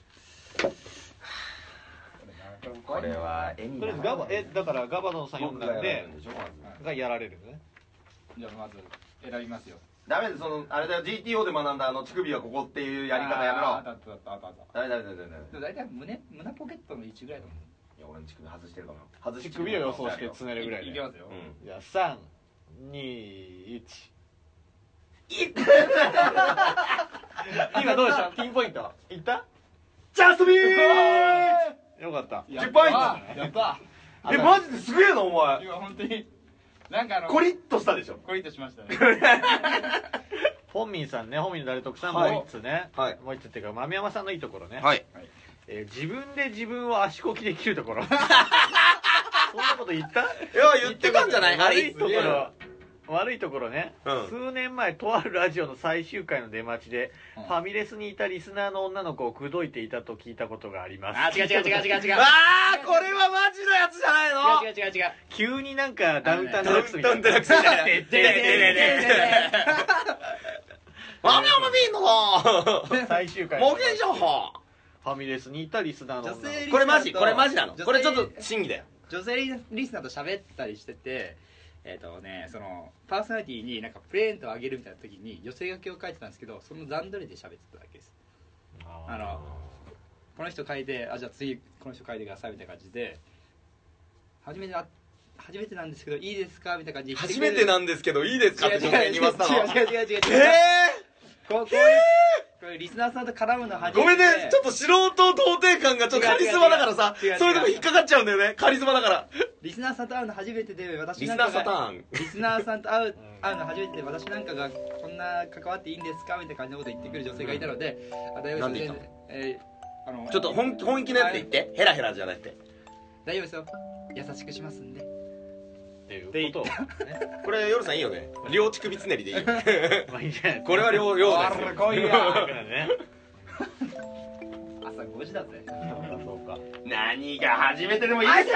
これは絵にとりあえずガバえだからガバドンさん読んだんで僕がやられるんでしょまずがやられるね。 じゃあまず選びますよダメでそのあれだよ ジーティーオー で学んだあの乳首はここっていうやり方やめろあーあったあったあったあったダメダメダメダメダメでも大体胸胸ポケットの位置ぐらいだもんいや俺の乳首外してるかも外し乳首を予想してつねるぐらいで。 いきますようんじゃあさんにいち。今どうでしたピンポイントいった？ ジャストビーよかった。 じゅっポイントやったえマジですげえなお前今本当になんかあのコリッとしたでしょコリッとしましたね本民さんね、本民の誰得さんはいもう一つね、 はいもう一つっていうか豆山さんのいいところね、 はいえー自分で自分を足こきできるところそんなこと言った？ いや言ってたんじゃない悪いとこあれろ悪いところね、 うん数年前とあるラジオの最終回の出待ちで、 うんファミレスにいたリスナーの女の子を口説いていたと聞いたことがあります。 あ違う違う違う違う違うあーこれはマジのやつじゃないの違う違う違う違う急になんかダウンタウンデダウンラックスみたいなタウンデラックスみたいなでででででマミアマビーの最終回模型情報ファミレスにいたリスナーの女の子女性これマジこれマジなの女性これちょっと審議だよ女性リスナーと喋ったりしててえっ、とねそのパーソナリティになんかプレーントをあげるみたいな時に寄せ書きを書いてたんですけどその段取りで喋ってただけですあのこの人書いてあじゃあ次この人書いてくださいみたいな感じで初めてあ初めてなんですけどいいですかみたいな感じで初めてなんですけどいいですかって女性に言わせたの違う違う違う違う違う違うえこうこういうこれリスナーさんと絡むの初めてーごめんねちょっと素人童貞感がちょっとカリスマだからさ違う違う違うそういうとこ引っかかっちゃうんだよねカリスマだからリスナーさんと会うの初めてで私リスなんかがナーサターンリスナーさんと会う会うの初めてで私なんかがこんな関わっていいんですかみたいな感じのこと言ってくる女性がいたので、あ大丈夫なんですで言ったのえーあのちょっと本本気のやつで言ってヘラヘラじゃなくて大丈夫ですよ優しくしますんでっていうことをこれ夜さんいいよね両乳首つねりでいいよまあいいんじゃないこれは両両ですよ来いやね朝ごじだぜそうか何が初めてでもいいです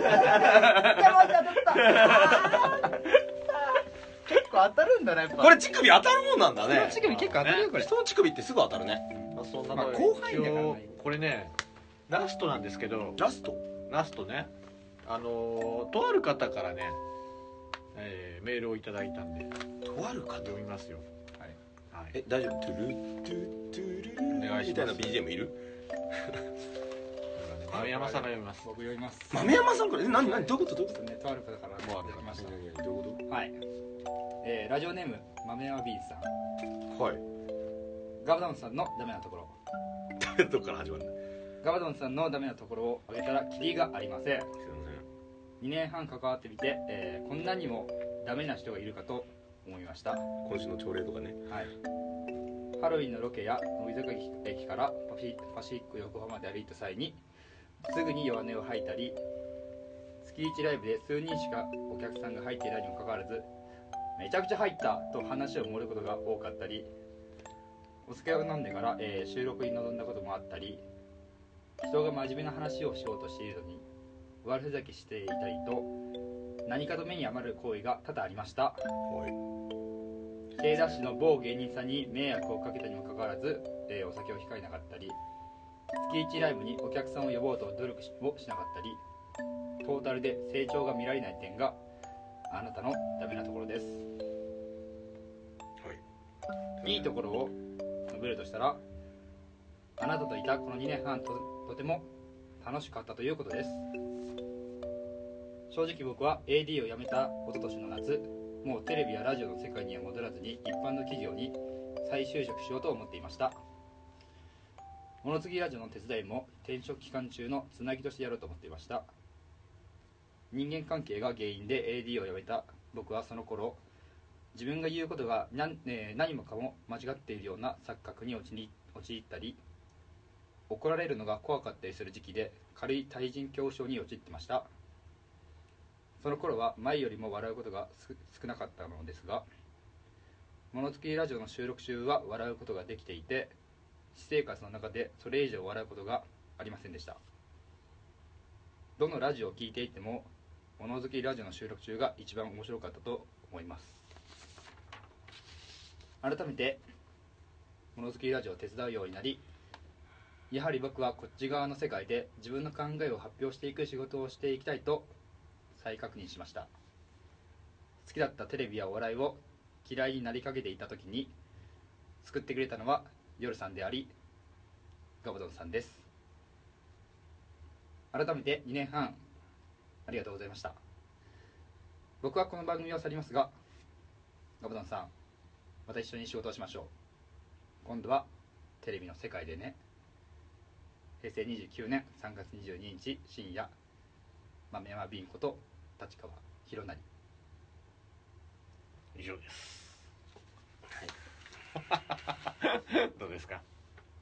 から結構当たるんだねやっぱこれ乳首当たるもんなんだね乳首結構当たるよこれ人の乳首ってすぐ当たるねまあそんなまあの広範囲だからね一応これねラストなんですけどラストラストねあのーとある方からね、えーメールをいただいたんでとある方読みますよはいはいえ大丈夫トゥルトゥトゥルルお願いしますみたいな ビージーエム いる豆山さんが読みます。 僕読みます豆山さんこれえ何何どういうことどういうこねとある方からいただきましたと何何どういうこはい、えーラジオネーム豆山ビーズさんとはいガバドンさんのダメなところどっから始まるんだガバドンさんのダメなところを挙げたらキリがありませんすいませんにねんはん関わってみて、えーこんなにもダメな人がいるかと思いました。 今週の朝礼とかね。 はい。ハロウィンのロケや乃木坂駅からパシパシフィック横浜まで歩いた際にすぐに弱音を吐いたり、月いちライブで数人しかお客さんが入っていないにもかかわらずめちゃくちゃ入ったと話を盛ることが多かったり、お酒を飲んでから、えー収録に臨んだこともあったり、人が真面目な話をしようとしているのに悪ふざけしていたりと、何かと目に余る行為が多々ありました。K ダッシュの某芸人さんに迷惑をかけたにもかかわらず、えーお酒を控えなかったり、月いちライブにお客さんを呼ぼうと努力をしなかったり、トータルで成長が見られない点があなたのダメなところです。はい、いいところを述べるとしたら、あなたといたこのにねんはん と, とても楽しかったということです。正直僕は エーディー を辞めた一昨年の夏、もうテレビやラジオの世界には戻らずに一般の企業に再就職しようと思っていました。物継ぎラジオの手伝いも転職期間中のつなぎとしてやろうと思っていました。人間関係が原因で エーディー を辞めた僕はその頃、自分が言うことが 何,、えー、何もかも間違っているような錯覚に陥ったり、怒られるのが怖かったりする時期で軽い対人恐怖症に陥ってました。その頃は前よりも笑うことが少なかったのですが、物付きラジオの収録中は笑うことができていて、私生活の中でそれ以上笑うことがありませんでした。どのラジオを聴いていても物付きラジオの収録中が一番面白かったと思います。改めて物付きラジオを手伝うようになり、やはり僕はこっち側の世界で自分の考えを発表していく仕事をしていきたいと再確認しました。好きだったテレビやお笑いを嫌いになりかけていた時に救ってくれたのは夜さんであり、ガバドンさんです。改めてにねんはんありがとうございました。僕はこの番組を去りますが、ガバドンさん、また一緒に仕事をしましょう。今度はテレビの世界でね。へいせいにじゅうきゅうねんさんがつにじゅうににち深夜、豆山ビンこと立川博成。 以上です。はい。どうですか。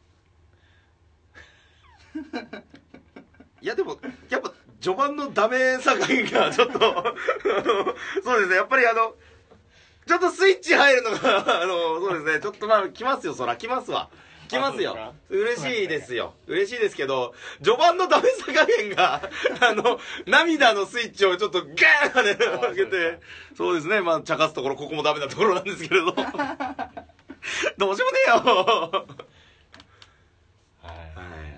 いやでもやっぱ序盤のダメさ加減がちょっとそうですね、やっぱりあのちょっとスイッチ入るのがあのそうですね、ちょっとまあ来ますよ、そら来ますわ。来ますよ。嬉しいですよ。嬉しいですけど、序盤のダメさ加減が、あの、涙のスイッチをちょっとガーン跳ね上げて、そうですね、まあ、茶化すところ、ここもダメなところなんですけれど。どうしようもねえよ。 はい。はい。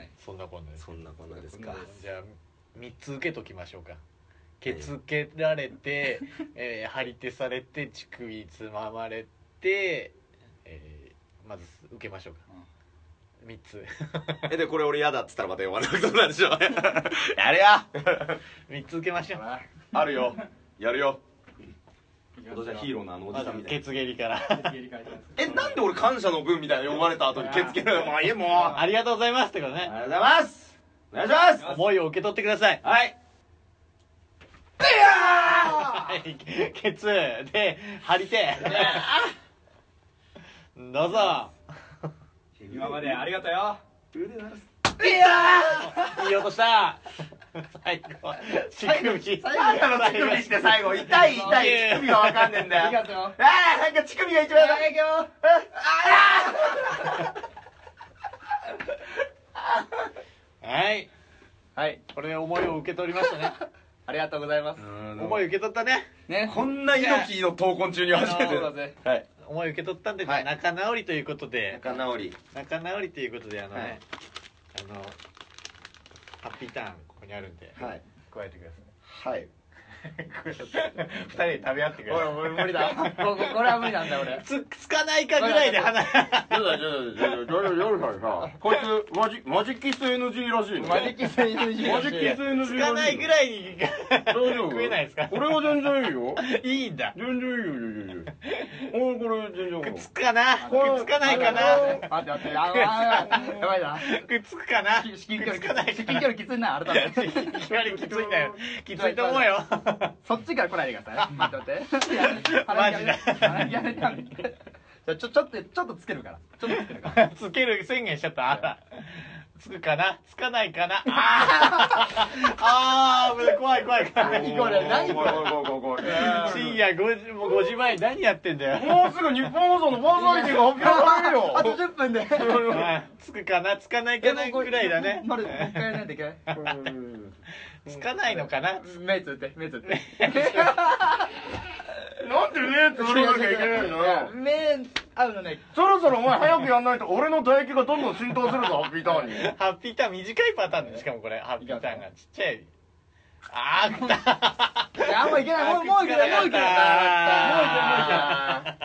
そんなこんなです。 そんなこんなですか。 じゃあ、みっつ受けときましょうか。ケツけられて、えー、張り手されて、乳首つままれて、えー、まず受けましょうか。みっつえでこれ俺嫌だっつったらまた読まなくなるでしょ。やれやみっつ受けましょう。 あるよ、やるよ。私はヒーローのあのおじさんみたいな。 ケツ蹴りからえ、なんで俺感謝の文みたいな読まれた後にケツ蹴るの。まあいい、もうありがとうございますってことね。 ありがとうございます。お願いします。 思いを受け取ってください。 はい。 ケツで張り手どうぞ。 今までありがとうよ。 いやーいい音した。最後乳首なんだろ乳首して最後痛い痛い乳首がわかんねえんだよ。 ありがとう。 ああなんか乳首が一番長いよ。 はいはいこれで思いを受け取りましたね。 ありがとうございます。 思い受け取ったね。 ねこんな猪木の闘魂中に初めてそうだぜ。 はい思い受け取ったんではい仲直りということで仲直り仲直りということであのはいねあのハッピーターンここにあるんではい加えてください。 はいふたりで食べ合ってください。 俺無理だ。ここれは無理なんだ俺。 つつかないかぐらいで話。 ちょっとちょっとちょっと夜さこいつマジマジキス エヌジー らしいの。 マジキス エヌジーマジキス エヌジーつかないぐらいに大丈夫？ 食えないですか？ 俺は全然いいよ。 いいんだ。 全然いいよいいよいいよ。俺これ全然。 くっつくかな？くっつかないかな？ 待って待って、やばいやばいな。 くっつくかな？ 至近距離至近距離きついな、改めて。 きついんだよ。きついと思うよ。 そっちから来ないでください。待って待って。 マジで鼻やめてやめて。じゃちょちょっとちょっとつけるから。ちょっとつけるから。 つける宣言しちゃった。あらつくかなつかないかなあーあー怖い怖い怖い。 何これ何これ。 深夜ごじもうごじまえに何やってんだよ。 もうすぐ日本放送のパーソナリティが発表されるよ。 あとじゅっぷんで。 つくかなつかないかなぐらいだね。 まだもう一回やらないといけない。 つかないのかな。 目つって目つって。 なんで目つぶらなきゃいけないの。 目合うのね。 そろそろお前早くやんないと俺の唾液がどんどん浸透するぞハッピーターンに。 ハッピーターン短いパターンでしかもこれハッピーターンがちっちゃい。あー食った。 あんまいけない。もうもういけない。もういけない。もういけない。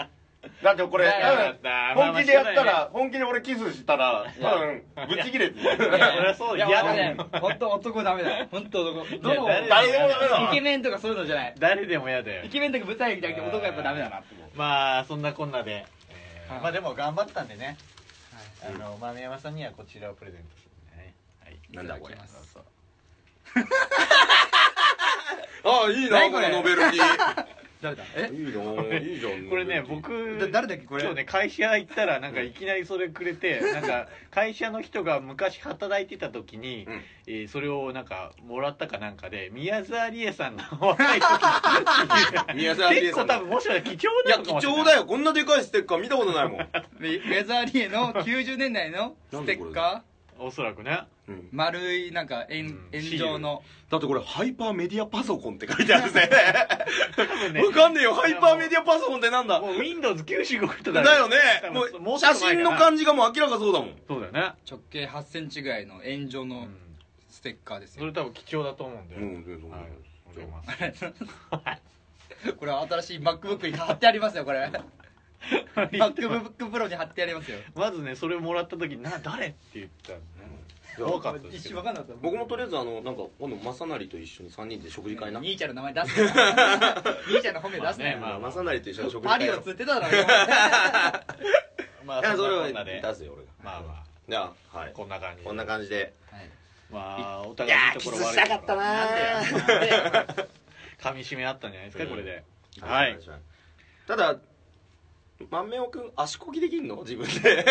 だってこれ本気でやったら本気で俺キスしたら多分ブチ切れて。 俺はそう嫌だね。 本当男ダメだ。本当男。どの誰でもダメだ。 イケメンとかそういうのじゃない。 誰でも嫌だよ。 イケメンとか舞台劇じゃなくて男はやっぱダメだなって。 まあそんなこんなでまあでも頑張ったんでね。あの豆山さんにはこちらをプレゼントするね。はい。 なんだこれ。ああいいなこのノベルティ。 誰だえいいないいじゃん。 これね僕誰だっけこれ今日ね会社行ったらなんかいきなりそれくれてなんか会社の人が昔働いてた時にえそれをなんかもらったかなんかで宮沢りえさんの若い時宮沢りえさん結構多分もしかしたら貴重いや貴重だよ。こんなでかいステッカー見たことないもん。 宮沢りえのきゅうじゅうねんだいのステッカーおそらくね丸いなんか円状のだってこれハイパーメディアパソコンって書いてあるぜ。わかんねえよ。ハイパーメディアパソコンってなんだ。 もう ウィンドウズきゅうじゅうご とかだよね。もう写真の感じがもう明らかそうだもん。 そうだよね。 直径はちセンチぐらいの円状のステッカーですよ。 それ多分貴重だと思うんで。 うんはい。 これは新しい MacBook に貼ってありますよこれ。MacBook Pro に貼ってありますよ。 まずねそれをもらった時にな誰って言ったのね。怖かったです。 一瞬分かんなかった。 僕もとりあえずあのなんか今度正成と一緒にさんにんで食事会な。 兄ちゃんの名前出すな。兄ちゃんの本名出すね。 まあ正成と一緒に食事会。 パリをつってただろ。 まあそれは出すよ俺が。 まあまあ。 じゃあはい。 こんな感じ。 こんな感じで。 まあお互いいいところ悪いところ。 いやキスしたかったな。 噛み締めあったんじゃないですかこれで。はい。 ただ豆尾くん足こぎできんの自分で。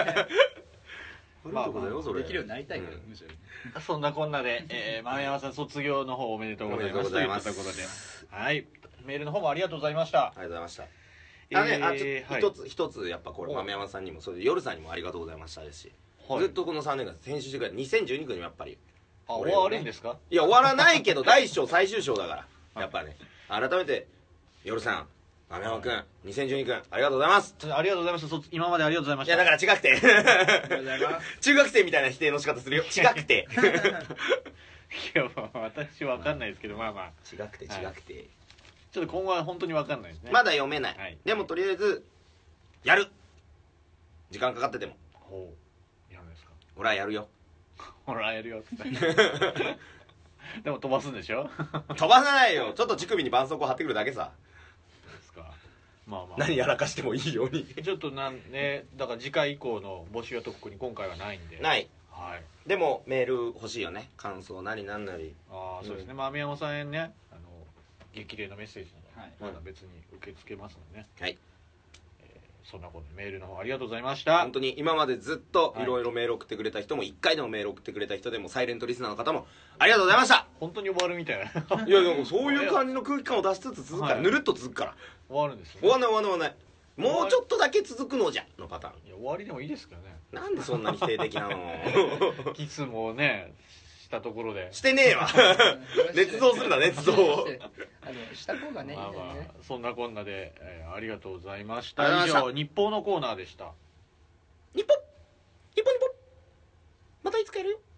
まあまあできるようになりたいけどむしろ。 そんなこんなでえ豆山さん卒業の方おめでとうございますといったところで、はいメールの方もありがとうございました。 ありがとうございました。あねあちょっと一つ一つやっぱこれ豆山さんにもそれで夜さんにもありがとうございましたですし、ずっとこのさんねんかん編集してくれたにせんじゅうにねんにもやっぱりあ終わるんですか。 いや終わらないけどだいいっ章最終章だからやっぱね改めて夜さん豆山くんにせんじゅうにくんありがとうございます。 ありがとうございます。今までありがとうございました。 いやだから違くてありがとうございます。 中学生みたいな否定の仕方するよ。違くていや私わかんないですけどまあまあ違くて違くてちょっと今後は本当にわかんないですね。 まだ読めない。でもとりあえずやる。時間かかっててもほうやるんですか。 俺はやるよ。 俺はやるよってでも飛ばすんでしょ。 飛ばさないよ。ちょっと乳首に絆創膏貼ってくるだけさ。 まあまあ、 何やらかしてもいいようにちょっとなんねだから次回以降の募集は特に今回はないんでない、 はい、 でもメール欲しいよね。感想なりなんなり。 ああそうですね、うん、豆山さんへねあの激励のメッセージなど、はい、まだ別に受け付けますのでね、はい、えー、そんなことでメールの方ありがとうございました。 本当に今までずっといろいろメール送ってくれた人も、はい、いっかいでもメール送ってくれた人でもサイレントリスナーの方もありがとうございました。 本当に終わるみたいないやでもそういう感じの空気感を出しつつ続くから、はい、ぬるっと続くから終わるんですよ、ね、 終わんない終わんない終わんない。もうちょっとだけ続くのじゃのパターン。 いや終わりでもいいですけどね。 なんでそんなに否定的なのキスもねしたところでしてねえわ捏造するな捏造をした方がね、 まあまあそんなこんなで、えー、ありがとうございました。以上日報のコーナーでした。 日報日報日報またいつかやるよ。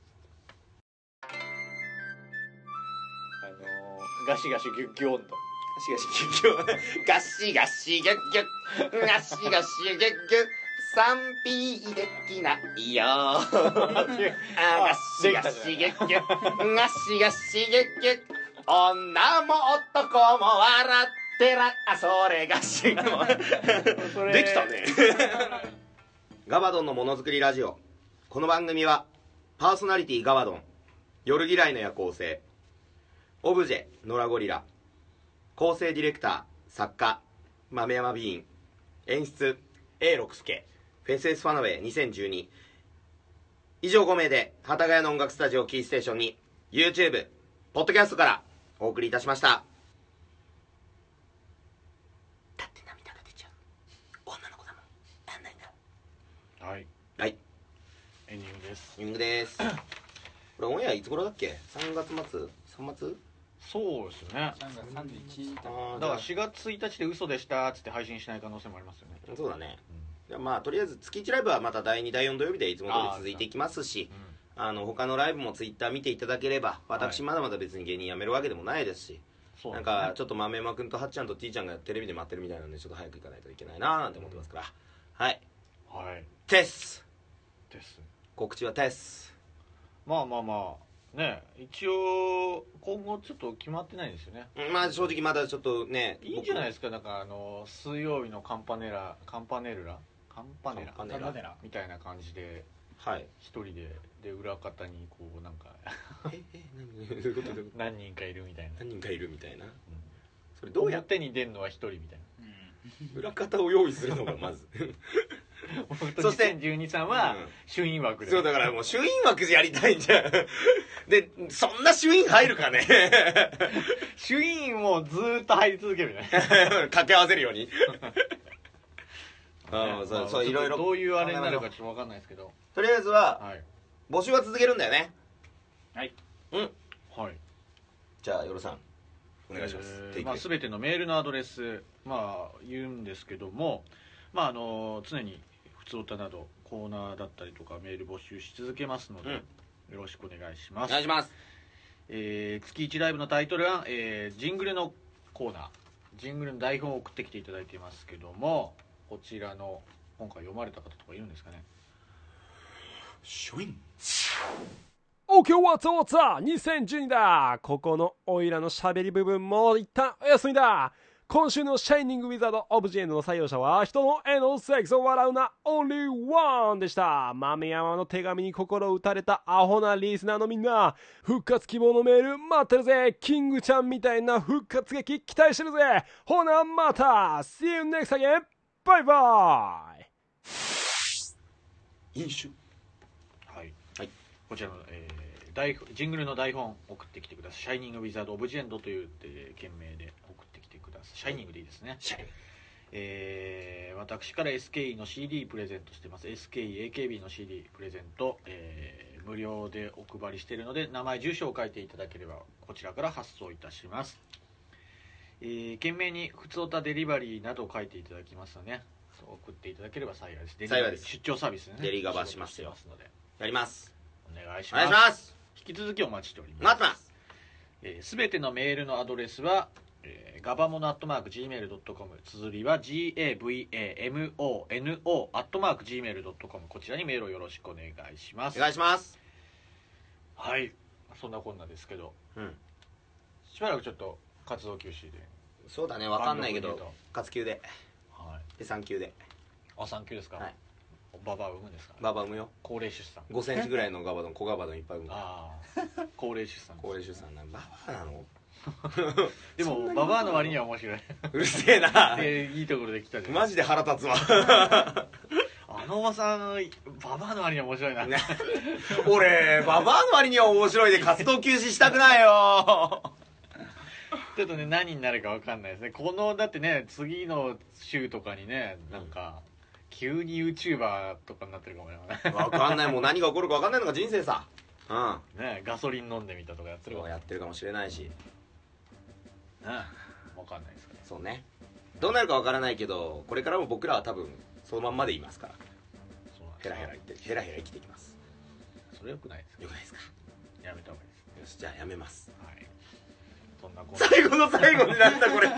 あのー、ガシガシギュッギュ温度ガシガシギュッギュッガシガシギュッギュッ賛否できないよあガシガシギュッギュッガシガシギュッギュッ女も男も笑ってらあそれガシできたねガバドンのものづくりラジオ。この番組はパーソナリティガバドン、夜嫌いの夜行性、オブジェノラゴリラ、 構成ディレクター作家豆山ビーン、演出 エーろく 助、フェスエスファナウェイにせんじゅうに、以上ご名で幡ヶ谷の音楽スタジオキーステーションに YouTube、ポッドキャストからお送りいたしました。だって涙が出ちゃう女の子だもん、なんないんだ。 はいはい、 エンディングです。 エンディングですこれオンエアいつ頃だっけ？さんがつ末？さんがつ？ そうですよね。 さんがつさんじゅういちにちだからしがつついたちで嘘でしたっつって配信しない可能性もありますよね。 そうだね、うん、まあとりあえず月いちライブはまただいにだいよん土曜日でいつも通り続いていきますし、あ、うん、あの他のライブもツイッター見ていただければ、私まだまだ別に芸人辞めるわけでもないですし、はい、なんかちょっと豆山君とはっちゃんと T ちゃんがテレビで待ってるみたいなんで、ちょっと早く行かないといけないななんて思ってますから、うん、はいはいテスです告知はテス。 まあまあまあね、一応今後ちょっと決まってないんですよね。 まあ正直まだちょっとね、 いいんじゃないですか。なんかあの水曜日のカンパネラカンパネルラカンパネラカンパネラみたいな感じで、 はい一人でで裏方にこうなんかええ何どういうこと何人かいるみたいな何人かいるみたいな、うん、 それどうやってに出るのは一人みたいな、 うん、裏方を用意するのがまずそしてにせんじゅうにさんは衆院枠で、 そうだからもう衆院枠でやりたいんじゃんでそんな衆院入るかね衆院もずーっと入り続けるね掛け合わせるようにああそう、そういろいろどういうあれになるかちょっと分かんないですけど、 とりあえずは、 はい、 募集は続けるんだよね。 はいうんはい、 じゃあよろさんお願いします。 えーまあ、全てのメールのアドレスまあ言うんですけども、まああの常にふつおたなどコーナーだったりとかメール募集し続けますので、うん、よろしくお願いします。 お願いします。 えー、月いちライブのタイトルは、えー、ジングルのコーナー、ジングルの台本を送ってきていただいていますけども、こちらの今回読まれた方とかいるんですかね。 シュインオーケーワッツワッツァにせんじゅうにだ。ここのオイラの喋り部分も一旦お休みだ。今週のシャイニングウィザードオブジェンドの採用者は人の絵のセックスを笑うなオンリーワンでした。豆山の手紙に心打たれたアホなリスナーのみんな、復活希望のメール待ってるぜ。キングちゃんみたいな復活劇期待してるぜ。ほなまた See you next again。バイバイ。 飲酒はい、はい、こちらの、えー、台ジングルの台本送ってきてください。シャイニングウィザードオブジェンドという、えー、件名で送ってきてください。シャイニングでいいですね。 シャイニング、 えー、私から エスケーイー の シーディー プレゼントしてます。 エスケーイーエーケービー の シーディー プレゼント、えー、無料でお配りしているので、名前住所を書いていただければこちらから発送いたします。えー、件名にふつおたデリバリーなどを書いていただきますので、ね、そう送っていただければ幸いです。デリ幸いです。 出張サービスね。 デリガバしますよ。 のでやります。 お願いします。おます。 願いします。 引き続きお待ちしております。 待ってます。 すべ、えー、てのメールのアドレスは、えー、ガバモノアットマーク ジーメールドットコム、 綴りは ガバモノ アットマーク ジーメールドットコム、 こちらにメールをよろしくお願いします。 お願いします。 はい、そんなこんなですけど、うん、しばらくちょっと活動休止で。 そうだね、分かんないけど活休で、 はい、 で産休で。 あ、産休ですか。はい、ババア産むんですか。 ババア産むよ。 高齢出産ごセンチぐらいのガバドン、小ガバドンいっぱい産む。 ああ高齢出産高齢出産なんババアなのでもババアの割には面白い。 うるせえなでいいところで来たじゃん。 マジで腹立つわあのおばさんババアの割には面白いな俺ババアの割には面白いで活動休止したくないよちょっとね、何になるか分かんないですね。このだってね、次の週とかにね、なんか急に YouTuber とかになってるかもしれない分かんない。もう何が起こるか分かんないのが人生さ。うんね、ガソリン飲んでみたとかやってるかもやってるかもしれないしね、 分かんないですから。 そうね、どうなるか分からないけど、これからも僕らは多分そのまんまでいますから。そうヘラヘラ言ってヘラヘラ生きていきます。 それよくないですか。 よくないですか。 やめた方がいいです。 よし、じゃあやめます。 はい、そんなこんな最後の最後になったこれ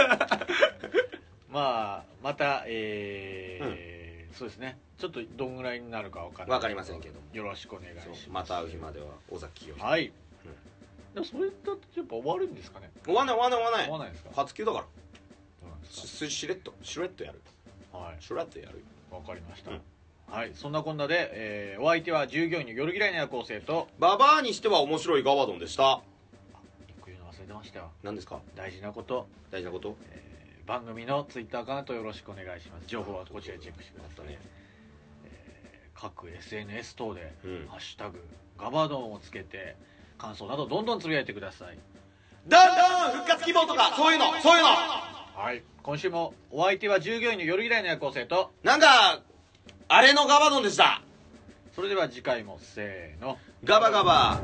まあまたえーうん、そうですね、ちょっとどんぐらいになるか分かんない、 分かりませんけど、 よろしくお願いします。 また会う日までは尾崎清。 はい、うん、でもそれだとやっぱ終わるんですかね。 終わんない終わんない終わんない終わんないですか。 初級だからししれっとしれっとやる。 はい、 しれっとやる。 わかりました、うん、はい、そんなこんなで、えー、お相手は従業員の夜嫌いな夜行性とババアにしては面白いガバドンでした。 一個言うの忘れれてましたよ。 何ですか？ 大事なこと大事なこと、 えー、番組のツイッターアカウントよろしくお願いします。情報はこちらでチェックしてくださいね。えー、各 エスエヌエス 等で、うん、ハッシュタグガバドンをつけて感想などどんどんつぶやいてください。 だんだん復活希望とかそういうのそういうの。 はい、今週もお相手は従業員の夜嫌いの夜行性となんかあれのガバドンでした。 それでは次回もせーの、 ガバガバ。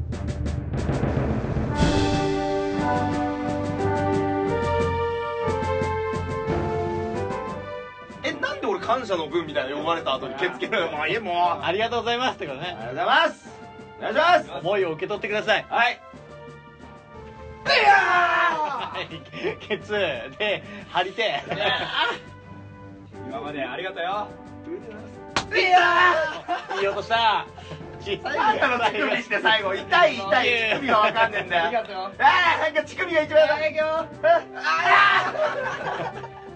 え、なんで俺感謝の文みたいな呼ばれた後にケツけるの？もういい、もうありがとうございますってことね。 ありがとうございます。お願いします。 思いを受け取ってください。 はい。いやーケツで張り手。 今までありがとうよ。 いやーいい音した。 最後の乳首して最後痛い痛い乳首が分かんねえんだよ。 ありがとう。 ああ、なんか乳首が一番痛いよ。ああ。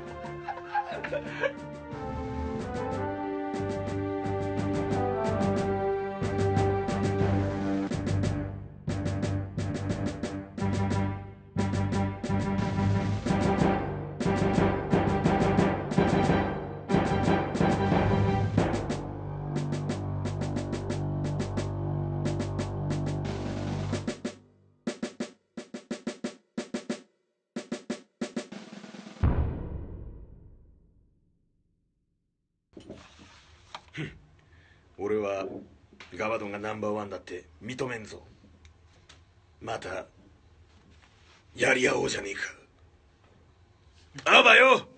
俺はガバドンがナンバーワンだって認めんぞ。またやり合おうじゃねえか。あばよ。